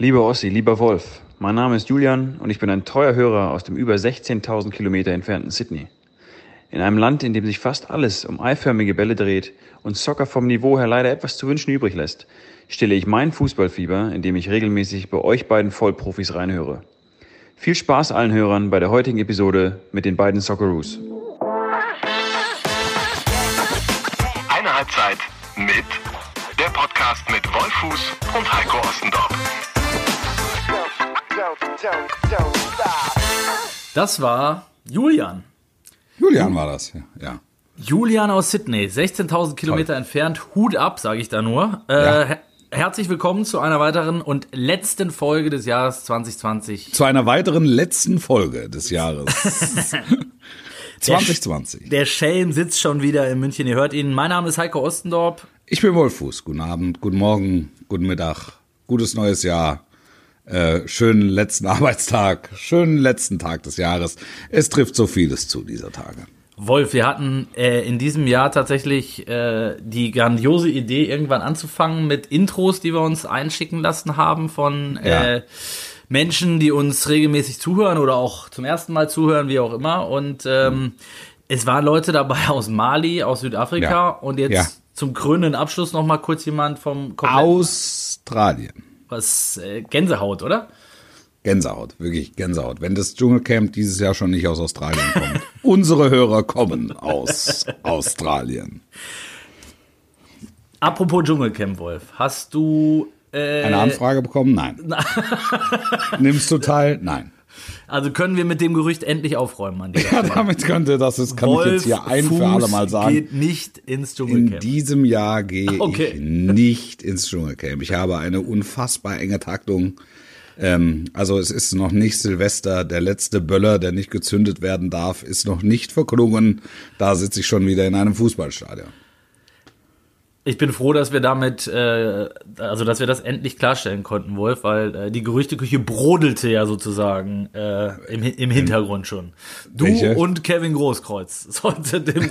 Lieber Ossi, lieber Wolf, mein Name ist Julian und ich bin ein treuer Hörer aus dem über 16.000 Kilometer entfernten Sydney. In einem Land, in dem sich fast alles um eiförmige Bälle dreht und Soccer vom Niveau her leider etwas zu wünschen übrig lässt, stille ich mein Fußballfieber, indem ich regelmäßig bei euch beiden Vollprofis reinhöre. Viel Spaß allen Hörern bei der heutigen Episode mit den beiden Socceroos. Eine Halbzeit mit der Podcast mit Wolfuß und Heiko Ostendorf. Das war Julian. Julian war das, ja. Julian aus Sydney, 16.000 Kilometer entfernt. Hut ab, sage ich da nur. Herzlich willkommen zu einer weiteren und letzten Folge des Jahres 2020. Zu einer weiteren letzten Folge des Jahres 2020. Der Schelm sitzt schon wieder in München, ihr hört ihn. Mein Name ist Heiko Ostendorf. Ich bin Wolfuß. Guten Abend, guten Morgen, guten Mittag, gutes neues Jahr. Schönen letzten Arbeitstag, schönen letzten Tag des Jahres. Es trifft so vieles zu dieser Tage. Wolf, wir hatten in diesem Jahr tatsächlich die grandiose Idee, irgendwann anzufangen mit Intros, die wir uns einschicken lassen haben von Menschen, die uns regelmäßig zuhören oder auch zum ersten Mal zuhören, wie auch immer. Und es waren Leute dabei aus Mali, aus Südafrika und jetzt zum krönenden Abschluss noch mal kurz jemand vom Australien. Was Gänsehaut, oder? Gänsehaut, wirklich Gänsehaut. Wenn das Dschungelcamp dieses Jahr schon nicht aus Australien kommt. Unsere Hörer kommen aus Australien. Apropos Dschungelcamp, Wolf, hast du eine Anfrage bekommen? Nein. Nimmst du teil? Nein. Also können wir mit dem Gerücht endlich aufräumen an dieser Stelle. Ja, damit kann ich jetzt hier ein für alle Mal sagen. Geht nicht ins Dschungelcamp. In diesem Jahr gehe ich nicht ins Dschungelcamp. Ich habe eine unfassbar enge Taktung. Also es ist noch nicht Silvester, der letzte Böller, der nicht gezündet werden darf, ist noch nicht verklungen. Da sitze ich schon wieder in einem Fußballstadion. Ich bin froh, dass wir damit, dass wir das endlich klarstellen konnten, Wolf, weil die Gerüchteküche brodelte ja sozusagen im Hintergrund schon. Du Welche? Und Kevin Großkreuz sollte den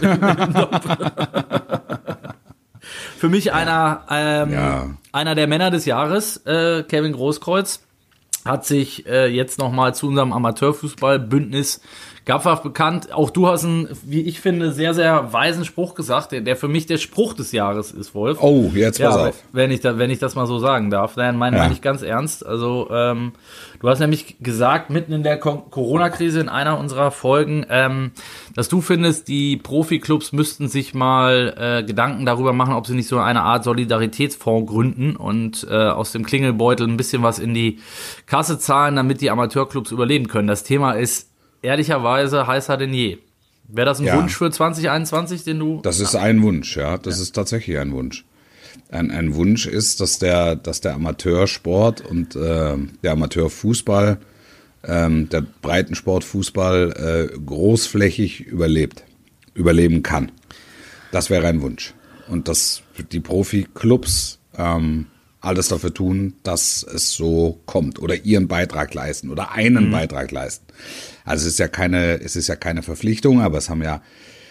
für mich einer der Männer des Jahres, Kevin Großkreuz, hat sich jetzt nochmal zu unserem Amateurfußballbündnis Gaffaf bekannt. Auch du hast einen, wie ich finde, sehr, sehr weisen Spruch gesagt, der für mich der Spruch des Jahres ist, Wolf. Oh, jetzt pass auf. Wenn ich das mal so sagen darf. Dann meine ich ganz ernst. Also du hast nämlich gesagt, mitten in der Corona-Krise in einer unserer Folgen, dass du findest, die Profiklubs müssten sich mal Gedanken darüber machen, ob sie nicht so eine Art Solidaritätsfonds gründen und aus dem Klingelbeutel ein bisschen was in die Kasse zahlen, damit die Amateurclubs überleben können. Das Thema ist ehrlicherweise heißer denn je. Wäre das ein Wunsch für 2021, den du... Das ist ein Wunsch, ja. Das ist tatsächlich ein Wunsch. Ein Wunsch ist, dass der Amateursport und der Amateurfußball, der Breitensportfußball großflächig überleben kann. Das wäre ein Wunsch. Und dass die Profiklubs alles dafür tun, dass es so kommt oder ihren Beitrag leisten oder einen Beitrag leisten. Also es ist ja keine Verpflichtung, aber es haben ja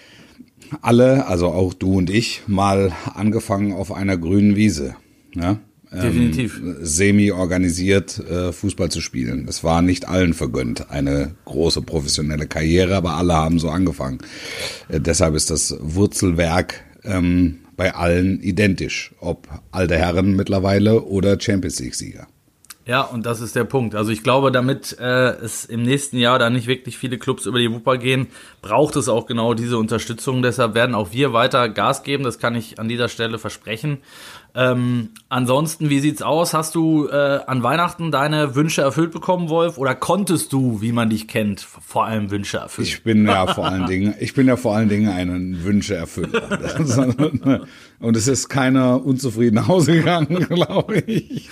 alle, also auch du und ich, mal angefangen auf einer grünen Wiese. Ja? Definitiv. Semi-organisiert Fußball zu spielen. Es war nicht allen vergönnt, eine große professionelle Karriere, aber alle haben so angefangen. Deshalb ist das Wurzelwerk bei allen identisch, ob alte Herren mittlerweile oder Champions-League-Sieger. Ja, und das ist der Punkt. Also ich glaube, damit es im nächsten Jahr da nicht wirklich viele Clubs über die Wupper gehen, braucht es auch genau diese Unterstützung. Deshalb werden auch wir weiter Gas geben, das kann ich an dieser Stelle versprechen. Ansonsten, wie sieht's aus? Hast du an Weihnachten deine Wünsche erfüllt bekommen, Wolf? Oder konntest du, wie man dich kennt, vor allem Wünsche erfüllen? Ich bin ja vor allen Dingen ein Wünscheerfüller. Und es ist keiner unzufrieden nach Hause gegangen, glaube ich.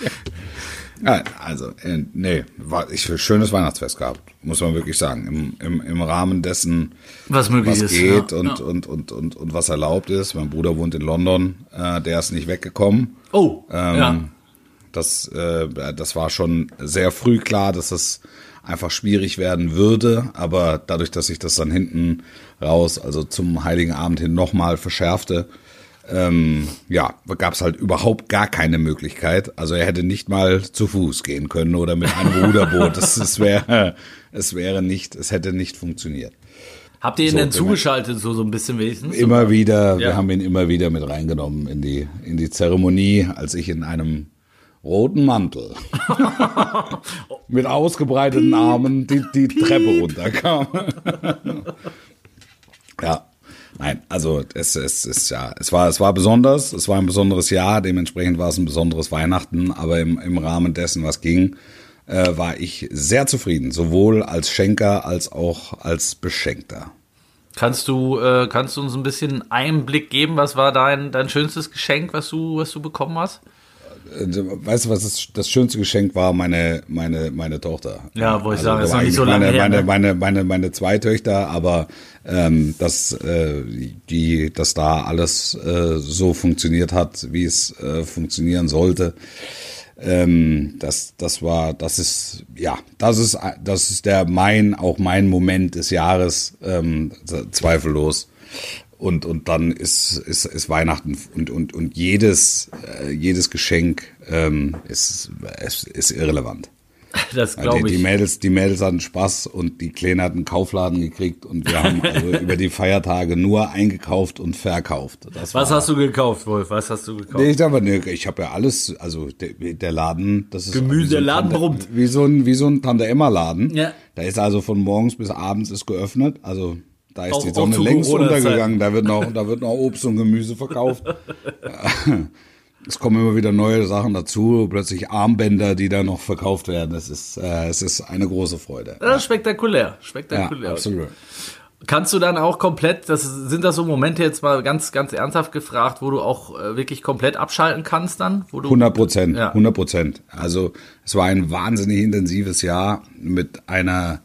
Also, schönes Weihnachtsfest gehabt, muss man wirklich sagen. Im Rahmen dessen, was möglich ist, geht und was erlaubt ist. Mein Bruder wohnt in London, der ist nicht weggekommen. Oh, Das war schon sehr früh klar, dass es einfach schwierig werden würde. Aber dadurch, dass sich das dann hinten raus, also zum Heiligen Abend hin nochmal verschärfte, gab es halt überhaupt gar keine Möglichkeit. Also er hätte nicht mal zu Fuß gehen können oder mit einem Ruderboot. Es hätte nicht funktioniert. Habt ihr ihn denn zugeschaltet, so ein bisschen wenigstens? Immer wieder, wir haben ihn immer wieder mit reingenommen in die Zeremonie, als ich in einem roten Mantel mit ausgebreiteten Armen die Treppe runterkam. Ja, nein, also es war besonders, es war ein besonderes Jahr, dementsprechend war es ein besonderes Weihnachten, aber im Rahmen dessen, was ging, war ich sehr zufrieden, sowohl als Schenker als auch als Beschenkter. Kannst du uns ein bisschen Einblick geben, was war dein schönstes Geschenk, was du bekommen hast? Weißt du, was das schönste Geschenk war? Meine Tochter. Ja, wo ich sage, das ist noch nicht so lange her. Meine zwei Töchter, aber dass da alles so funktioniert hat, wie es funktionieren sollte. Das ist mein Moment des Jahres, zweifellos. Und dann ist Weihnachten und jedes Geschenk ist irrelevant. Das glaube ich. Die Mädels hatten Spaß und die Kleine hat einen Kaufladen gekriegt und wir haben also über die Feiertage nur eingekauft und verkauft. Was hast du gekauft, Wolf? Was hast du gekauft? Ich habe ja alles, also der Laden, das ist Gemüse, der Laden brummt. Wie so ein Tante-Emma-Laden. Ja. Da ist also von morgens bis abends ist geöffnet, also da ist auch, die Sonne längst untergegangen, da wird noch Obst und Gemüse verkauft. Es kommen immer wieder neue Sachen dazu, plötzlich Armbänder, die da noch verkauft werden. Es ist eine große Freude. Ja, spektakulär. Ja, absolut. Kannst du dann auch komplett, sind das so Momente jetzt mal ganz, ganz ernsthaft gefragt, wo du auch wirklich komplett abschalten kannst dann? 100%, ja. 100%. Also es war ein wahnsinnig intensives Jahr mit einer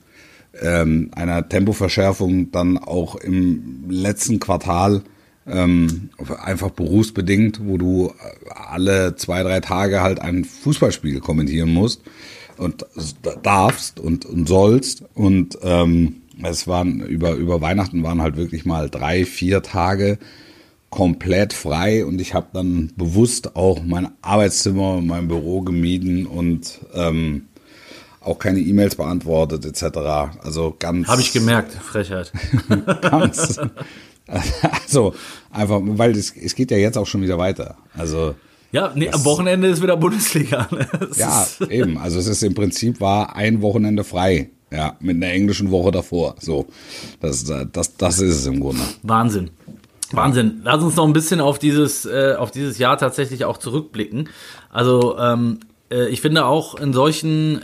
Tempoverschärfung dann auch im letzten Quartal, einfach berufsbedingt, wo du alle 2-3 Tage halt ein Fußballspiel kommentieren musst und darfst und sollst und es waren über Weihnachten waren halt wirklich mal 3-4 Tage komplett frei und ich habe dann bewusst auch mein Arbeitszimmer und mein Büro gemieden und auch keine E-Mails beantwortet etc. Also ganz. Habe ich gemerkt, Frechheit. Ganz. Also einfach, weil es geht ja jetzt auch schon wieder weiter. Also ja, am Wochenende ist wieder Bundesliga. Ja, eben. Also es ist im Prinzip war ein Wochenende frei. Ja, mit einer englischen Woche davor. So, das ist es im Grunde. Wahnsinn. Lass uns noch ein bisschen auf dieses Jahr tatsächlich auch zurückblicken. Also ich finde auch in solchen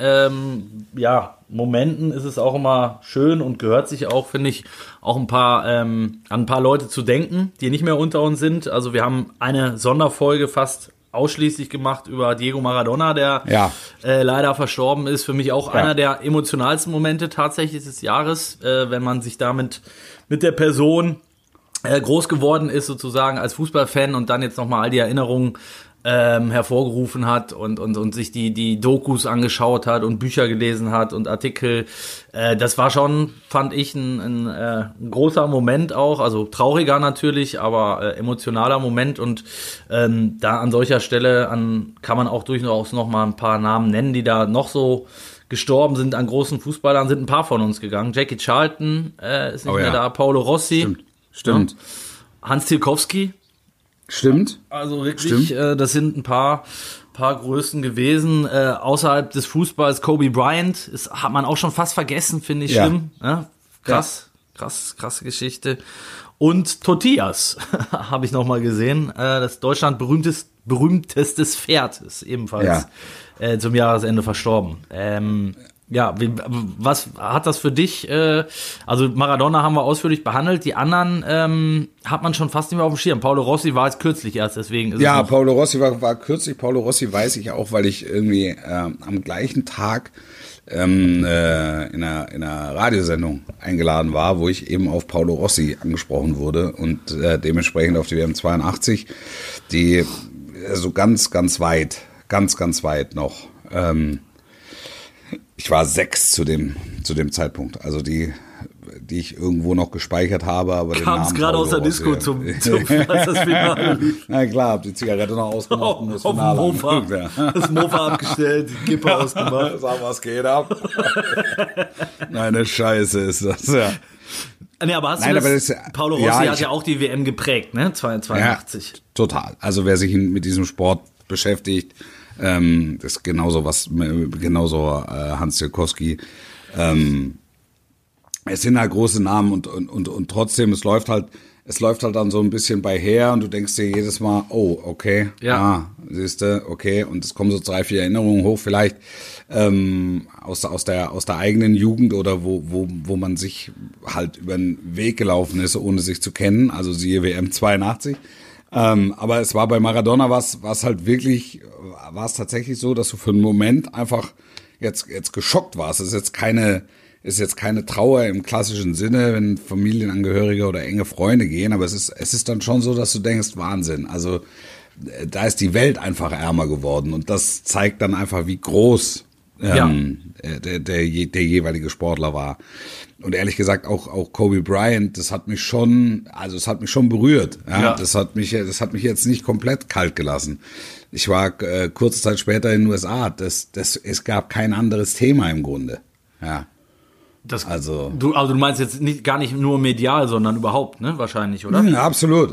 Momenten ist es auch immer schön und gehört sich auch, finde ich, auch an ein paar Leute zu denken, die nicht mehr unter uns sind. Also wir haben eine Sonderfolge fast ausschließlich gemacht über Diego Maradona, der leider verstorben ist. Für mich auch einer der emotionalsten Momente tatsächlich des Jahres, wenn man sich damit mit der Person groß geworden ist, sozusagen als Fußballfan und dann jetzt nochmal all die Erinnerungen hervorgerufen hat und sich die Dokus angeschaut hat und Bücher gelesen hat und Artikel. Das war schon, fand ich, ein großer Moment auch, also trauriger natürlich, aber emotionaler Moment und da an solcher Stelle kann man auch durchaus noch mal ein paar Namen nennen, die da noch so gestorben sind an großen Fußballern, sind ein paar von uns gegangen. Jackie Charlton ist nicht mehr da, Paolo Rossi. Stimmt. Ja. Hans Zielkowski. Stimmt. Also wirklich, das sind ein paar Größen gewesen. Außerhalb des Fußballs Kobe Bryant hat man auch schon fast vergessen, finde ich schlimm. Ja, krasse Geschichte. Und Tortillas habe ich noch mal gesehen. Das Deutschland berühmtestes Pferd ist ebenfalls zum Jahresende verstorben. Was hat das für dich, also Maradona haben wir ausführlich behandelt, die anderen hat man schon fast nicht mehr auf dem Schirm. Paolo Rossi war jetzt kürzlich erst, deswegen ist es Paolo Rossi war kürzlich, Paolo Rossi weiß ich auch, weil ich irgendwie am gleichen Tag in einer Radiosendung eingeladen war, wo ich eben auf Paolo Rossi angesprochen wurde und dementsprechend auf die WM 82, die so ganz weit noch ich war 6 zu dem Zeitpunkt. Also die die ich irgendwo noch gespeichert habe, aber kam es gerade aus der Disco zum als das Finale lief. Na klar, hab die Zigarette noch ausgemacht und das Finale Mofa. Das Mofa abgestellt, die Kippe ausgemacht. Sag, was geht ab? Eine Scheiße ist das, ja. Nee, aber hast du das Paolo Rossi hat ja auch die WM geprägt, ne? 82. Ja, total. Also wer sich mit diesem Sport beschäftigt, das ist genauso Hans Sielkowski. Es sind halt große Namen und trotzdem, es läuft halt dann so ein bisschen bei her und du denkst dir jedes Mal, oh, okay, siehst du, okay, und es kommen so 3-4 Erinnerungen hoch, vielleicht aus der eigenen Jugend oder wo man sich halt über den Weg gelaufen ist, ohne sich zu kennen, also siehe WM 82. Aber es war bei Maradona war es tatsächlich so, dass du für einen Moment einfach jetzt geschockt warst. Es ist jetzt keine Trauer im klassischen Sinne, wenn Familienangehörige oder enge Freunde gehen, aber es ist dann schon so, dass du denkst, Wahnsinn. Also da ist die Welt einfach ärmer geworden und das zeigt dann einfach, wie groß der jeweilige Sportler war. Und ehrlich gesagt auch Kobe Bryant, das hat mich schon berührt. Ja. Das hat mich jetzt nicht komplett kalt gelassen. Ich war kurze Zeit später in den USA. Es gab kein anderes Thema im Grunde. Ja. Du meinst jetzt gar nicht nur medial, sondern überhaupt, ne? Wahrscheinlich, oder? Absolut.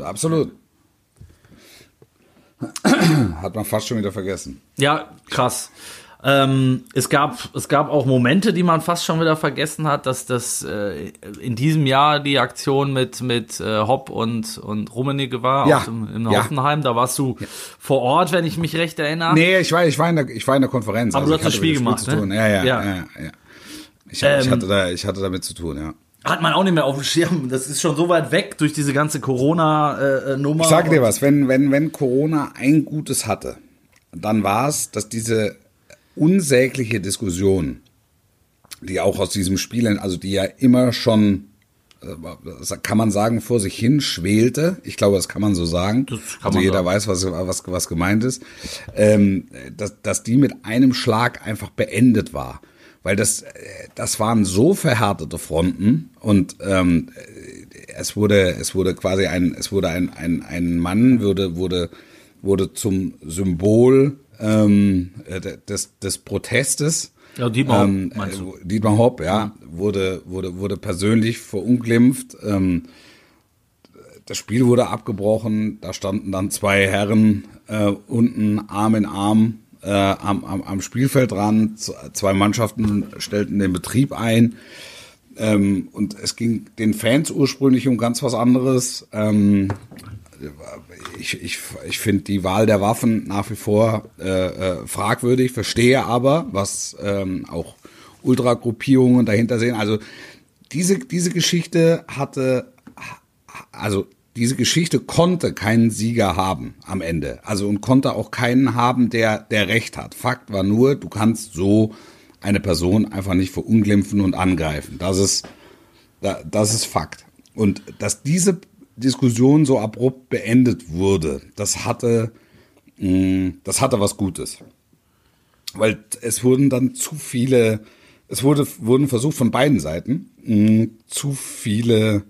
Hat man fast schon wieder vergessen. Ja, krass. Es gab auch Momente, die man fast schon wieder vergessen hat, dass das in diesem Jahr die Aktion mit Hopp und Rummenigge war in Hoffenheim. Da warst du vor Ort, wenn ich mich recht erinnere. Nee, ich war in der Konferenz. Aber du hast das Spiel gemacht, ne? Ja. Ich hatte damit zu tun, ja. Hat man auch nicht mehr auf dem Schirm. Das ist schon so weit weg durch diese ganze Corona-Nummer. Ich sage dir was, wenn Corona ein Gutes hatte, dann war es, dass diese unsägliche Diskussion, die auch aus diesem Spiel, also die ja immer schon, kann man sagen, vor sich hin schwelte. Ich glaube, das kann man so sagen. Also jeder weiß, was gemeint ist. Dass die mit einem Schlag einfach beendet war. Weil das waren so verhärtete Fronten und es wurde quasi ein Mann wurde zum Symbol des Protestes. Ja, Dietmar Hopp, meinst du? Dietmar Hopp, ja, wurde persönlich verunglimpft. Das Spiel wurde abgebrochen. Da standen dann 2 Herren unten Arm in Arm am Spielfeldrand. 2 Mannschaften stellten den Betrieb ein. Und es ging den Fans ursprünglich um ganz was anderes. Ich finde die Wahl der Waffen nach wie vor fragwürdig, verstehe aber, was auch Ultragruppierungen dahinter sehen. Also diese Geschichte diese Geschichte konnte keinen Sieger haben am Ende. Also und konnte auch keinen haben, der Recht hat. Fakt war nur, du kannst so eine Person einfach nicht verunglimpfen und angreifen. Das ist Fakt. Und dass diese Diskussion so abrupt beendet wurde, das hatte was Gutes. Weil es wurden dann wurden versucht von beiden Seiten zu viele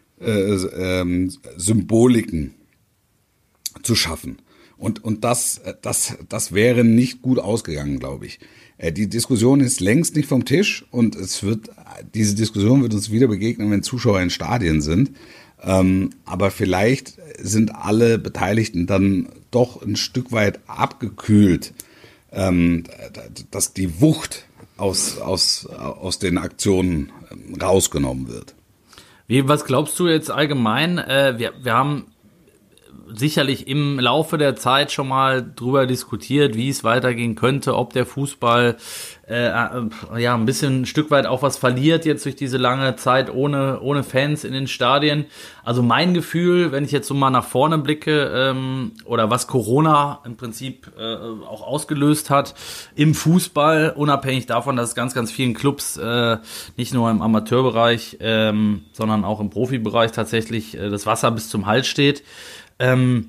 Symboliken zu schaffen. Und das wäre nicht gut ausgegangen, glaube ich. Die Diskussion ist längst nicht vom Tisch und diese Diskussion wird uns wieder begegnen, wenn Zuschauer in Stadien sind. Aber vielleicht sind alle Beteiligten dann doch ein Stück weit abgekühlt, dass die Wucht aus den Aktionen rausgenommen wird. Was glaubst du jetzt allgemein? Wir haben sicherlich im Laufe der Zeit schon mal drüber diskutiert, wie es weitergehen könnte, ob der Fußball ein bisschen ein Stück weit auch was verliert jetzt durch diese lange Zeit ohne Fans in den Stadien. Also mein Gefühl, wenn ich jetzt so mal nach vorne blicke, oder was Corona im Prinzip auch ausgelöst hat im Fußball, unabhängig davon, dass es ganz, ganz vielen Clubs, nicht nur im Amateurbereich, sondern auch im Profibereich tatsächlich das Wasser bis zum Hals steht.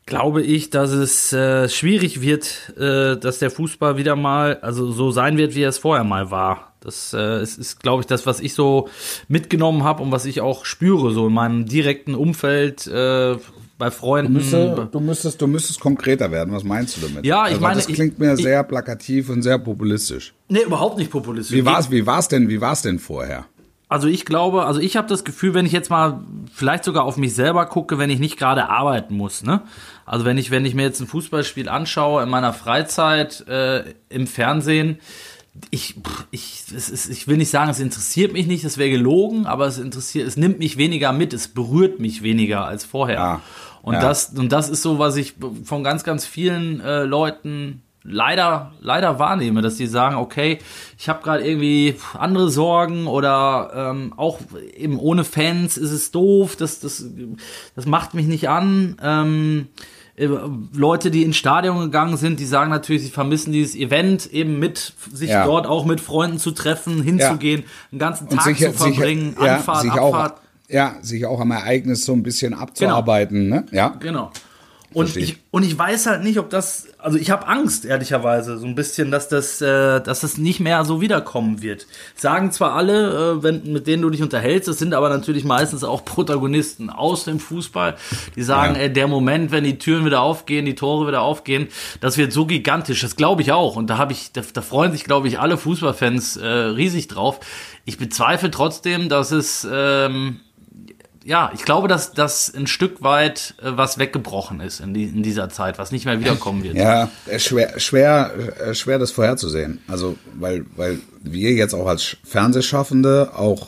glaube ich, dass es schwierig wird, dass der Fußball wieder mal, also so sein wird, wie er es vorher mal war. Das ist, glaube ich, das, was ich so mitgenommen habe und was ich auch spüre, so in meinem direkten Umfeld, bei Freunden. Du müsstest konkreter werden. Was meinst du damit? Ja, ich meine, das klingt mir sehr plakativ und sehr populistisch. Nee, überhaupt nicht populistisch. Wie war's denn vorher? Also ich glaube, ich habe das Gefühl, wenn ich jetzt mal vielleicht sogar auf mich selber gucke, wenn ich nicht gerade arbeiten muss, ne? Also wenn ich mir jetzt ein Fußballspiel anschaue in meiner Freizeit im Fernsehen, ich will nicht sagen, es interessiert mich nicht, das wäre gelogen, aber es nimmt mich weniger mit, es berührt mich weniger als vorher. Ja. Und das ist so, was ich von ganz, ganz vielen Leuten leider wahrnehme, dass die sagen, okay, ich habe gerade irgendwie andere Sorgen oder auch eben ohne Fans ist es doof, das macht mich nicht an. Leute, die ins Stadion gegangen sind, die sagen natürlich, sie vermissen dieses Event, eben mit sich dort auch mit Freunden zu treffen, hinzugehen, einen ganzen Tag zu verbringen, Anfahrt, Abfahrt. Sich auch am Ereignis so ein bisschen abzuarbeiten, genau. Ne? Ja. Genau. Und ich weiß halt nicht, ob das, also ich habe Angst, ehrlicherweise, so ein bisschen, dass das nicht mehr so wiederkommen wird. Sagen zwar alle, mit denen du dich unterhältst, das sind aber natürlich meistens auch Protagonisten aus dem Fußball, die sagen, der Moment, wenn die Türen wieder aufgehen, die Tore wieder aufgehen, das wird so gigantisch, das glaube ich auch. Und da freuen sich, glaube ich, alle Fußballfans riesig drauf. Ich bezweifle trotzdem, dass es ich glaube, dass ein Stück weit was weggebrochen ist in dieser Zeit, was nicht mehr wiederkommen wird. Ja, schwer das vorherzusehen. Also, weil wir jetzt auch als Fernsehschaffende auch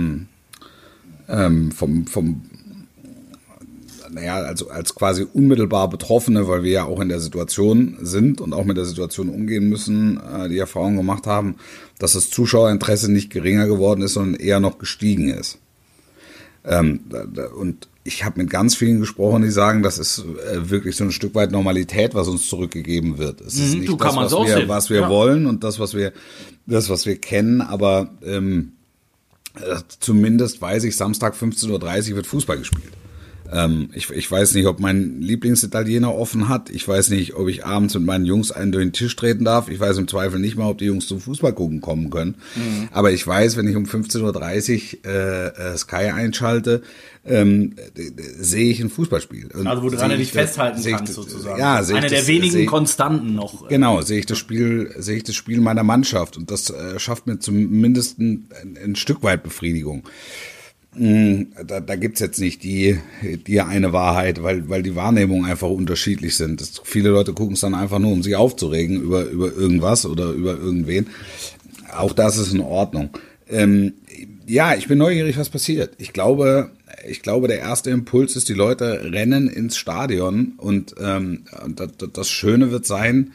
als quasi unmittelbar Betroffene, weil wir ja auch in der Situation sind und auch mit der Situation umgehen müssen, die Erfahrung gemacht haben, dass das Zuschauerinteresse nicht geringer geworden ist, sondern eher noch gestiegen ist. Und ich habe mit ganz vielen gesprochen, die sagen, das ist wirklich so ein Stück weit Normalität, was uns zurückgegeben wird. Es ist nicht das, was wir wollen und das, was wir kennen, aber zumindest weiß ich, Samstag 15:30 Uhr wird Fußball gespielt. Ich weiß nicht, ob mein Lieblingsitaliener offen hat. Ich weiß nicht, ob ich abends mit meinen Jungs einen durch den Tisch treten darf. Ich weiß im Zweifel nicht mal, ob die Jungs zum Fußball gucken kommen können. Mhm. Aber ich weiß, wenn ich um 15:30 Uhr Sky einschalte, sehe ich ein Fußballspiel. Und also wo du dran dich festhalten kannst, sozusagen. Ja, eine der wenigen Konstanten noch. Genau, sehe ich das Spiel meiner Mannschaft. Und das schafft mir zumindest ein Stück weit Befriedigung. Da gibt's jetzt nicht die eine Wahrheit, weil die Wahrnehmungen einfach unterschiedlich sind. Viele Leute gucken es dann einfach nur, um sich aufzuregen über irgendwas oder über irgendwen. Auch das ist in Ordnung. Ich bin neugierig, was passiert. Ich glaube, der erste Impuls ist, die Leute rennen ins Stadion und das Schöne wird sein,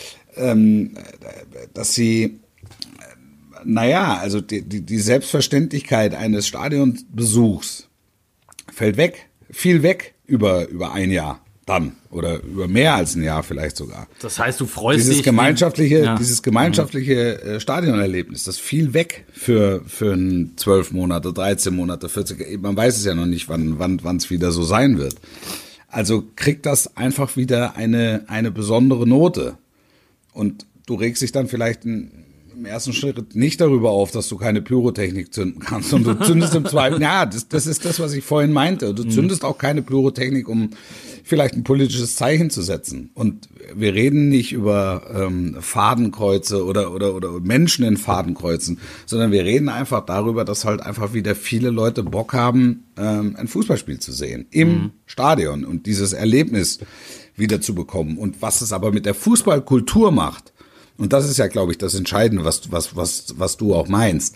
dass sie also die Selbstverständlichkeit eines Stadionbesuchs fällt weg, viel weg über ein Jahr dann oder über mehr als ein Jahr vielleicht sogar. Das heißt, du freust dieses dich. Dieses gemeinschaftliche Stadionerlebnis, das fiel weg für 12 Monate, 13 Monate, 40, man weiß es ja noch nicht, wann es wieder so sein wird. Also kriegt das einfach wieder eine besondere Note. Und du regst dich dann vielleicht im ersten Schritt nicht darüber auf, dass du keine Pyrotechnik zünden kannst. Und du zündest im Zweifel, das ist das, was ich vorhin meinte. Du zündest auch keine Pyrotechnik, um vielleicht ein politisches Zeichen zu setzen. Und wir reden nicht über Fadenkreuze oder Menschen in Fadenkreuzen, sondern wir reden einfach darüber, dass halt einfach wieder viele Leute Bock haben, ein Fußballspiel zu sehen im Stadion und dieses Erlebnis wieder zu bekommen. Und was es aber mit der Fußballkultur macht, und das ist ja, glaube ich, das Entscheidende, was du auch meinst.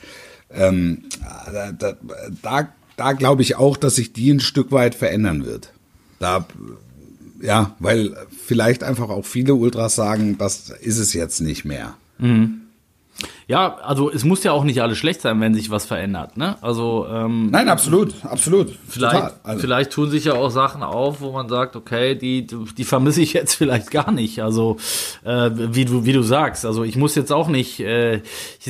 Da glaube ich auch, dass sich die ein Stück weit verändern wird. Weil vielleicht einfach auch viele Ultras sagen, das ist es jetzt nicht mehr. Mhm. Ja, also es muss ja auch nicht alles schlecht sein, wenn sich was verändert, ne? Also Nein, absolut. Vielleicht tun sich ja auch Sachen auf, wo man sagt, okay, die vermisse ich jetzt vielleicht gar nicht. Also wie du sagst, also ich muss jetzt auch nicht, ich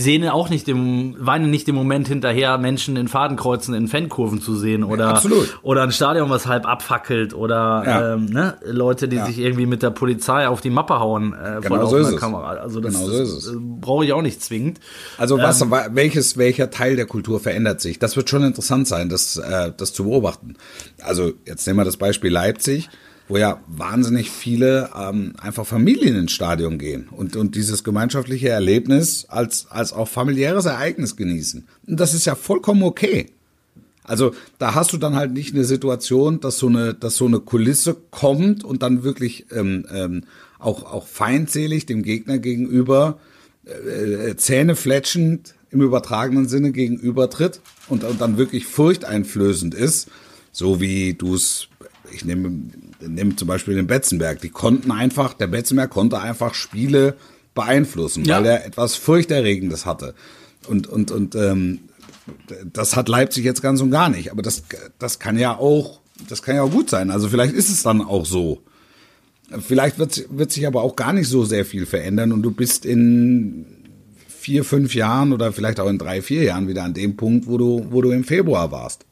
weine nicht im Moment hinterher, Menschen in Fadenkreuzen in Fankurven zu sehen oder ein Stadion, was halb abfackelt oder Leute, die sich irgendwie mit der Polizei auf die Mappe hauen vor laufender Kamera. Also das brauche ich auch nicht zwingend. Also welcher Teil der Kultur verändert sich? Das wird schon interessant sein, das zu beobachten. Also jetzt nehmen wir das Beispiel Leipzig, wo ja wahnsinnig viele einfach Familien ins Stadion gehen und dieses gemeinschaftliche Erlebnis als auch familiäres Ereignis genießen. Und das ist ja vollkommen okay. Also da hast du dann halt nicht eine Situation, dass so eine Kulisse kommt und dann wirklich auch feindselig dem Gegner gegenüber zähnefletschend im übertragenen Sinne gegenübertritt und dann wirklich furchteinflößend ist, so wie du es, ich nehme zum Beispiel den Betzenberg, der Betzenberg konnte einfach Spiele beeinflussen, weil er etwas Furchterregendes hatte und das hat Leipzig jetzt ganz und gar nicht, aber das kann ja auch gut sein, also vielleicht ist es dann auch so. Vielleicht wird sich aber auch gar nicht so sehr viel verändern und du bist in 4, 5 Jahren oder vielleicht auch in 3, 4 Jahren wieder an dem Punkt, wo du im Februar warst.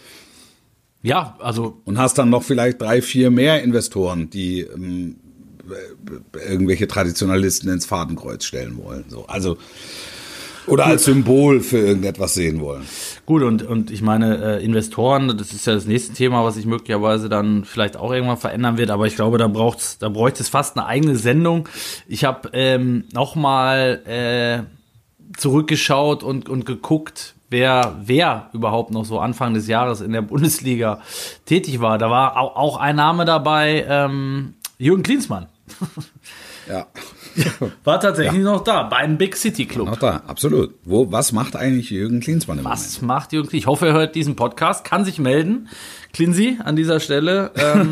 Ja, also. Und hast dann noch vielleicht 3, 4 mehr Investoren, die irgendwelche Traditionalisten ins Fadenkreuz stellen wollen. So, also. Oder als Symbol für irgendetwas sehen wollen. Gut, und ich meine, Investoren, das ist ja das nächste Thema, was sich möglicherweise dann vielleicht auch irgendwann verändern wird, aber ich glaube, da bräuchte es fast eine eigene Sendung. Ich habe nochmal zurückgeschaut und geguckt, wer überhaupt noch so Anfang des Jahres in der Bundesliga tätig war. Da war auch ein Name dabei, Jürgen Klinsmann. Ja. War tatsächlich noch da, beim Big City Club. Noch da, absolut. Was macht eigentlich Jürgen Klinsmann im Moment? Was macht Jürgen Klinsmann? Ich hoffe, er hört diesen Podcast, kann sich melden. Klinsi an dieser Stelle.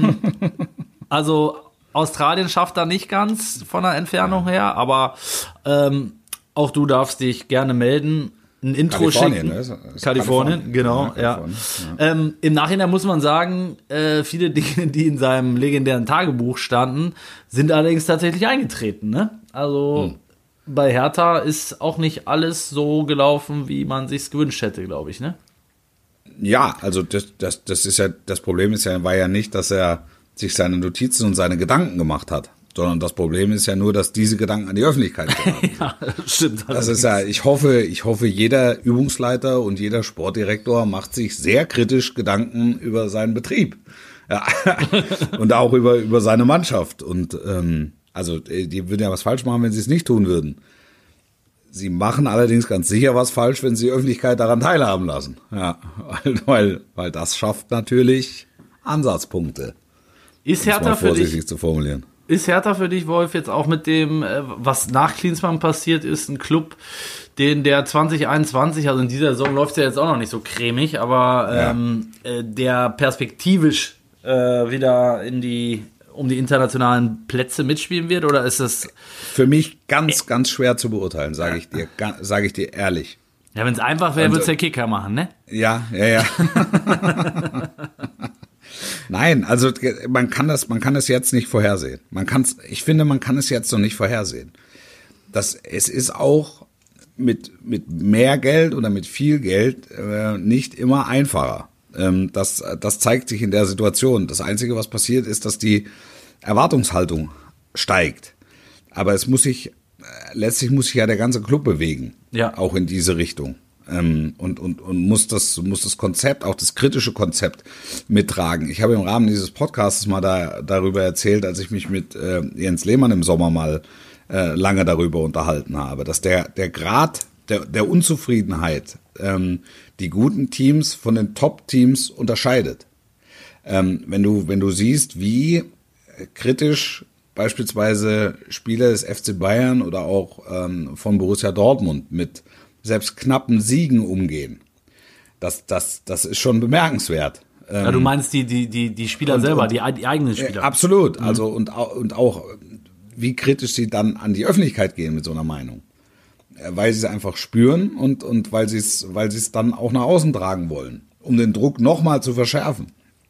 Also Australien schafft da nicht ganz von der Entfernung her, aber auch du darfst dich gerne melden. Ein Intro schicken. Kalifornien, genau, Kalifornien, ja. Im Nachhinein muss man sagen, viele Dinge, die in seinem legendären Tagebuch standen, sind allerdings tatsächlich eingetreten, ne? Also bei Hertha ist auch nicht alles so gelaufen, wie man sich's gewünscht hätte, glaube ich, ne? Ja, also das ist ja, das Problem war ja nicht, dass er sich seine Notizen und seine Gedanken gemacht hat. Sondern das Problem ist ja nur, dass diese Gedanken an die Öffentlichkeit geraten. Ja, stimmt. Das ist ja, ich hoffe, jeder Übungsleiter und jeder Sportdirektor macht sich sehr kritisch Gedanken über seinen Betrieb. Ja. Und auch über seine Mannschaft. Und also die würden ja was falsch machen, wenn sie es nicht tun würden. Sie machen allerdings ganz sicher was falsch, wenn sie die Öffentlichkeit daran teilhaben lassen. Ja, weil das schafft natürlich Ansatzpunkte. Ist Hertha für dich zu formulieren. Ist Hertha für dich, Wolf, jetzt auch mit dem, was nach Klinsmann passiert ist, ein Club, der 2021, also in dieser Saison läuft es ja jetzt auch noch nicht so cremig, aber der perspektivisch wieder um die internationalen Plätze mitspielen wird, oder ist das für mich ganz, ganz schwer zu beurteilen, sage ich dir ehrlich. Ja, wenn es einfach wäre, würde es der Kicker machen, ne? Ja. Nein, also man kann das jetzt nicht vorhersehen. Ich finde, man kann es jetzt noch nicht vorhersehen. Es ist auch mit mehr Geld oder mit viel Geld nicht immer einfacher. Das zeigt sich in der Situation. Das Einzige, was passiert, ist, dass die Erwartungshaltung steigt. Aber letztlich muss sich ja der ganze Club bewegen. Ja. Auch in diese Richtung. Und muss das Konzept, auch das kritische Konzept mittragen. Ich habe im Rahmen dieses Podcasts mal darüber erzählt, als ich mich mit Jens Lehmann im Sommer mal lange darüber unterhalten habe, dass der Grad der Unzufriedenheit die guten Teams von den Top-Teams unterscheidet. Wenn du siehst, wie kritisch beispielsweise Spieler des FC Bayern oder auch von Borussia Dortmund mit selbst knappen Siegen umgehen. Das ist schon bemerkenswert. Ja, du meinst die Spieler selber, die eigenen Spieler. Absolut. Also und auch wie kritisch sie dann an die Öffentlichkeit gehen mit so einer Meinung. weil sie es einfach spüren und weil sie es dann auch nach außen tragen wollen, um den Druck nochmal zu verschärfen.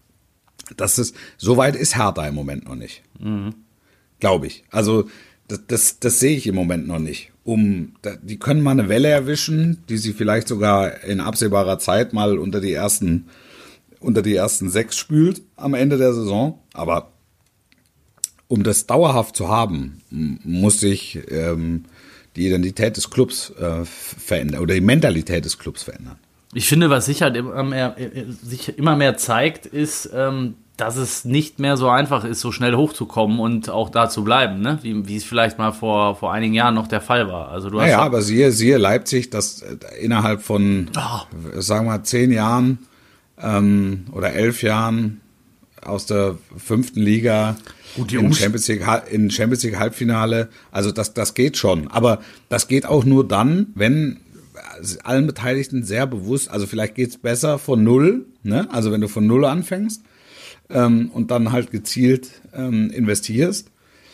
So weit ist Hertha im Moment noch nicht. Glaube ich. Also das sehe ich im Moment noch nicht. Die können mal eine Welle erwischen, die sie vielleicht sogar in absehbarer Zeit mal unter die ersten 6 spült am Ende der Saison. Aber um das dauerhaft zu haben, muss sich die Identität des Clubs verändern oder die Mentalität des Clubs verändern. Ich finde, was sich halt immer mehr zeigt, ist, dass es nicht mehr so einfach ist, so schnell hochzukommen und auch da zu bleiben, ne? Wie es vielleicht mal vor einigen Jahren noch der Fall war. Also du hast aber siehe Leipzig, das innerhalb von, sagen wir mal, 10 Jahren oder 11 Jahren aus der 5. Liga in Champions League Halbfinale, also das geht schon. Aber das geht auch nur dann, wenn allen Beteiligten sehr bewusst, also vielleicht geht's besser von 0, ne? Also wenn du von 0 anfängst und dann halt gezielt investierst.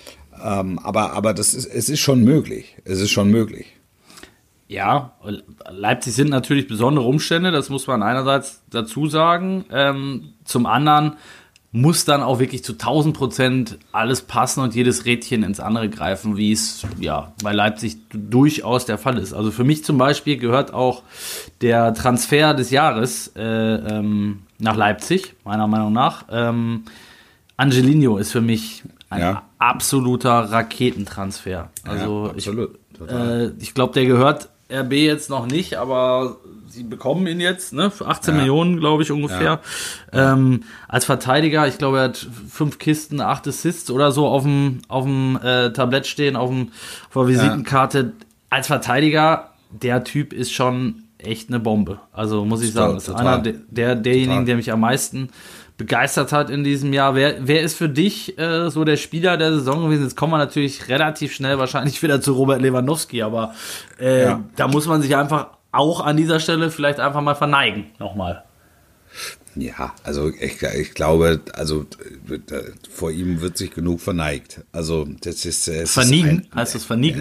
Aber es ist schon möglich. Es ist schon möglich. Ja, Leipzig sind natürlich besondere Umstände, das muss man einerseits dazu sagen. Zum anderen muss dann auch wirklich zu 1000% alles passen und jedes Rädchen ins andere greifen, wie es ja bei Leipzig durchaus der Fall ist. Also für mich zum Beispiel gehört auch der Transfer des Jahres nach Leipzig, meiner Meinung nach. Angelino ist für mich ein absoluter Raketentransfer. Also ja, absolut. Ich glaube, der gehört RB jetzt noch nicht, aber sie bekommen ihn jetzt, ne, für 18 Millionen, glaube ich, ungefähr. Ja. Als Verteidiger, ich glaube, er hat 5 Kisten, 8 Assists oder so auf dem Tablett stehen, auf der Visitenkarte. Ja. Als Verteidiger, der Typ ist schon echt eine Bombe. Also muss ich sagen, ist einer derjenigen, der mich am meisten begeistert hat in diesem Jahr. Wer ist für dich so der Spieler der Saison gewesen? Jetzt kommen wir natürlich relativ schnell wahrscheinlich wieder zu Robert Lewandowski, aber da muss man sich einfach auch an dieser Stelle vielleicht einfach mal verneigen, nochmal. Ja, also ich glaube, also vor ihm wird sich genug verneigt. Also das ist verniegen? Heißt das verniegen?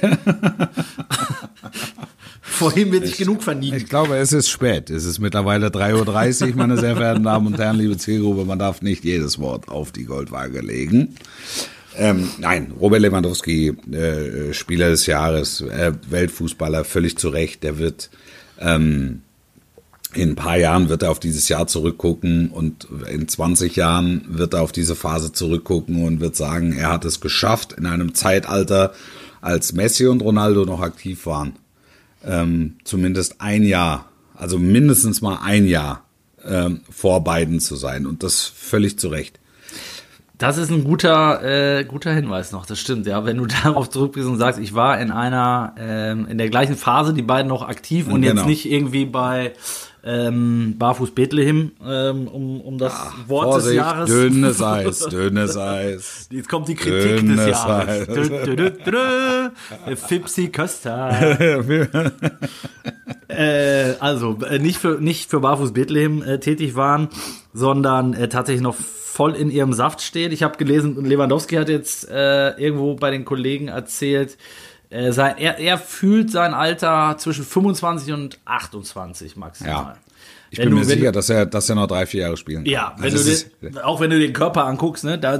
Vor ihm wird sich genug verniegen. Ich glaube, es ist spät. Es ist mittlerweile 3:30 Uhr, meine sehr verehrten Damen und Herren, liebe Zielgruppe. Man darf nicht jedes Wort auf die Goldwaage legen. Nein, Robert Lewandowski, Spieler des Jahres, Weltfußballer, völlig zu Recht. Der wird in ein paar Jahren wird er auf dieses Jahr zurückgucken und in 20 Jahren wird er auf diese Phase zurückgucken und wird sagen, er hat es geschafft in einem Zeitalter, als Messi und Ronaldo noch aktiv waren. Zumindest ein Jahr, also mindestens mal ein Jahr vor beiden zu sein und das völlig zu Recht. Das ist ein guter Hinweis noch, das stimmt, ja. Wenn du darauf zurückblickst und sagst, ich war in in der gleichen Phase, die beiden noch aktiv und jetzt nicht irgendwie bei Barfuß Bethlehem, um das Wort Vorsicht, des Jahres. Dünnes Eis. Jetzt kommt die Kritik des Jahres. Fipsi Costa. Also, nicht für Barfuß Bethlehem tätig waren, sondern tatsächlich noch voll in ihrem Saft stehen. Ich habe gelesen, Lewandowski hat jetzt irgendwo bei den Kollegen erzählt, er fühlt sein Alter zwischen 25 und 28 maximal. Ja. Ich bin mir sicher, dass er noch 3-4 Jahre spielen kann. Ja, auch wenn du den Körper anguckst, ne, da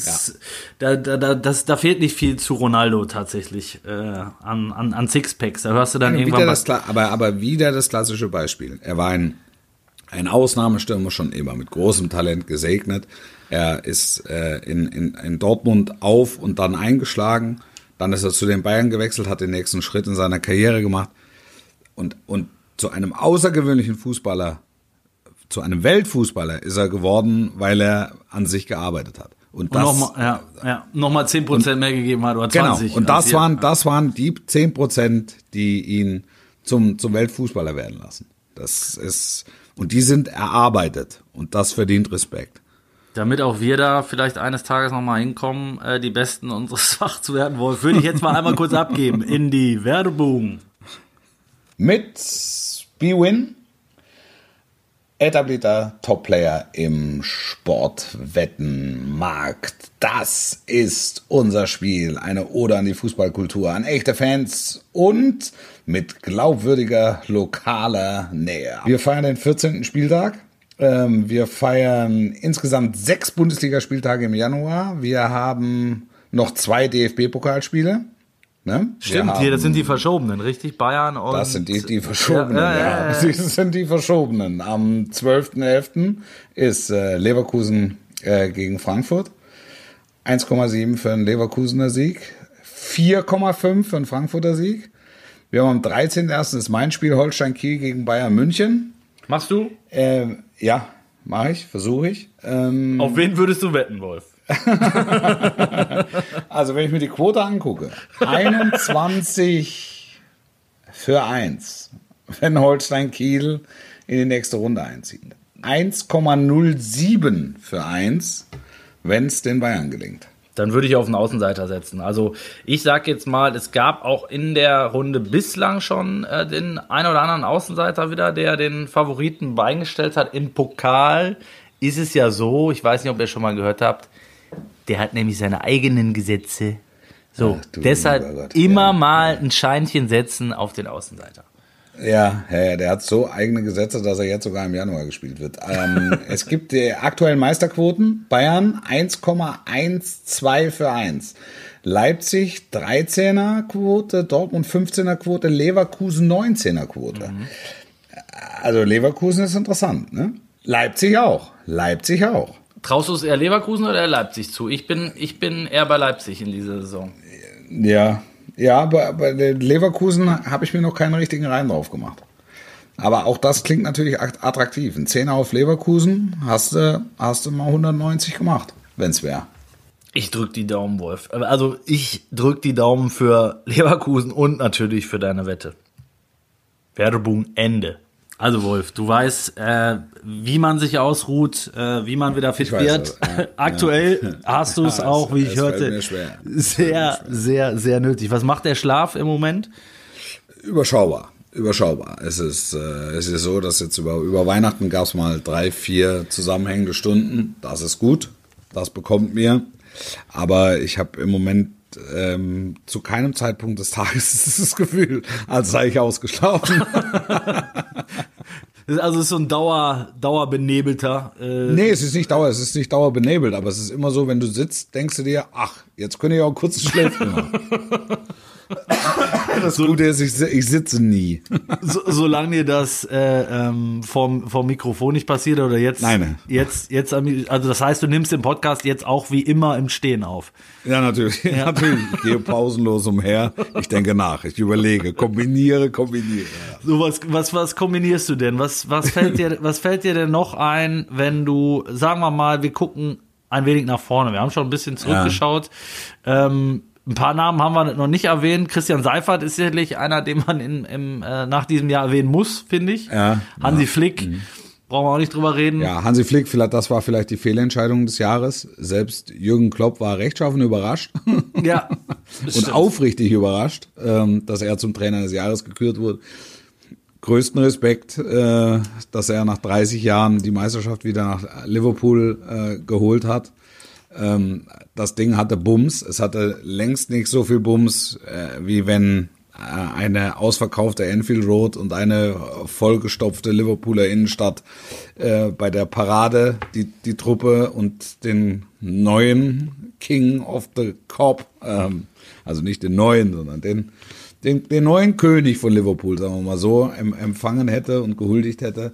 fehlt nicht viel zu Ronaldo tatsächlich an Sixpacks. Da hörst du dann irgendwann aber wieder das klassische Beispiel. Er war ein Ausnahmestürmer schon immer, mit großem Talent gesegnet. Er ist in Dortmund auf und dann eingeschlagen. Dann ist er zu den Bayern gewechselt, hat den nächsten Schritt in seiner Karriere gemacht. Und zu einem außergewöhnlichen Fußballer, zu einem Weltfußballer ist er geworden, weil er an sich gearbeitet hat. Und nochmal 10% mehr gegeben hat oder 20. Genau, und das waren die 10%, die ihn zum Weltfußballer werden lassen. Und die sind erarbeitet und das verdient Respekt. Damit auch wir da vielleicht eines Tages nochmal hinkommen, die Besten unseres Fachs werden wollen, würde ich jetzt mal einmal kurz abgeben in die Werbung. Mit BWin etablierter Top-Player im Sportwettenmarkt. Das ist unser Spiel. Eine Ode an die Fußballkultur, an echte Fans und mit glaubwürdiger lokaler Nähe. Wir feiern den 14. Spieltag. Wir feiern insgesamt 6 Bundesligaspieltage im Januar. Wir haben noch 2 DFB-Pokalspiele. Ne? Stimmt, hier, das sind die Verschobenen, richtig? Bayern und... Das sind die Verschobenen, ja. Das sind die Verschobenen. Am 12.11. ist Leverkusen gegen Frankfurt. 1,7 für einen Leverkusener Sieg. 4,5 für einen Frankfurter Sieg. Wir haben am 13.01. ist mein Spiel Holstein-Kiel gegen Bayern München. Machst du? Ja, mache ich, versuche ich. Auf wen würdest du wetten, Wolf? Also wenn ich mir die Quote angucke, 21 für 1, wenn Holstein Kiel in die nächste Runde einzieht. 1,07 für 1, wenn es den Bayern gelingt. Dann würde ich auf einen Außenseiter setzen. Also ich sage jetzt mal, es gab auch in der Runde bislang schon den ein oder anderen Außenseiter wieder, der den Favoriten beigestellt hat. Im Pokal ist es ja so, ich weiß nicht, ob ihr schon mal gehört habt, der hat nämlich seine eigenen Gesetze. So, deshalb immer mal ein Scheinchen setzen auf den Außenseiter. Ja, der hat so eigene Gesetze, dass er jetzt sogar im Januar gespielt wird. Es gibt die aktuellen Meisterquoten. Bayern 1,12 für 1. Leipzig 13er Quote, Dortmund 15er Quote, Leverkusen 19er Quote. Also Leverkusen ist interessant, ne? Leipzig auch. Traust du es eher Leverkusen oder eher Leipzig zu? Ich bin eher bei Leipzig in dieser Saison. Ja, aber bei Leverkusen habe ich mir noch keinen richtigen Reim drauf gemacht. Aber auch das klingt natürlich attraktiv. Ein 10er auf Leverkusen hast du mal 190 gemacht, wenn es wäre. Ich drück die Daumen, Wolf. Also ich drück die Daumen für Leverkusen und natürlich für deine Wette. Werbung Ende. Also Wolf, du weißt, wie man sich ausruht, wie man wieder fit wird. Ja. Aktuell hast du es auch, wie ich hörte, sehr, sehr, sehr nötig. Was macht der Schlaf im Moment? Überschaubar. Es ist so, dass jetzt über Weihnachten gab es mal 3-4 zusammenhängende Stunden. Das ist gut, das bekommt mir. Aber ich habe im Moment zu keinem Zeitpunkt des Tages das Gefühl, als sei ich ausgeschlafen. Also es ist so ein dauerbenebelter. Nee, es ist nicht dauerbenebelt, aber es ist immer so, wenn du sitzt, denkst du dir, ach, jetzt könnte ich auch kurz ein Schläfchen machen. Das Gute ist, ich sitze nie. Solange dir das vom Mikrofon nicht passiert oder jetzt. Nein. Jetzt, also das heißt, du nimmst den Podcast jetzt auch wie immer im Stehen auf. Ja, natürlich. Ja. Natürlich. Ich gehe pausenlos umher. Ich denke nach. Ich überlege. Kombiniere. Ja. So, was kombinierst du denn? Was fällt dir denn noch ein, wenn du, sagen wir mal, wir gucken ein wenig nach vorne. Wir haben schon ein bisschen zurückgeschaut. Ja. Ein paar Namen haben wir noch nicht erwähnt. Christian Seifert ist sicherlich einer, den man nach diesem Jahr erwähnen muss, finde ich. Ja, Hansi Flick, brauchen wir auch nicht drüber reden. Ja, Hansi Flick, das war vielleicht die Fehlentscheidung des Jahres. Selbst Jürgen Klopp war rechtschaffen überrascht. Ja. Und aufrichtig überrascht, dass er zum Trainer des Jahres gekürt wurde. Größten Respekt, dass er nach 30 Jahren die Meisterschaft wieder nach Liverpool geholt hat. Das Ding hatte Bums. Es hatte längst nicht so viel Bums, wie wenn eine ausverkaufte Anfield Road und eine vollgestopfte Liverpooler Innenstadt bei der Parade die Truppe und den neuen King of the Cop, also nicht den neuen, sondern den neuen König von Liverpool, sagen wir mal so, empfangen hätte und gehuldigt hätte.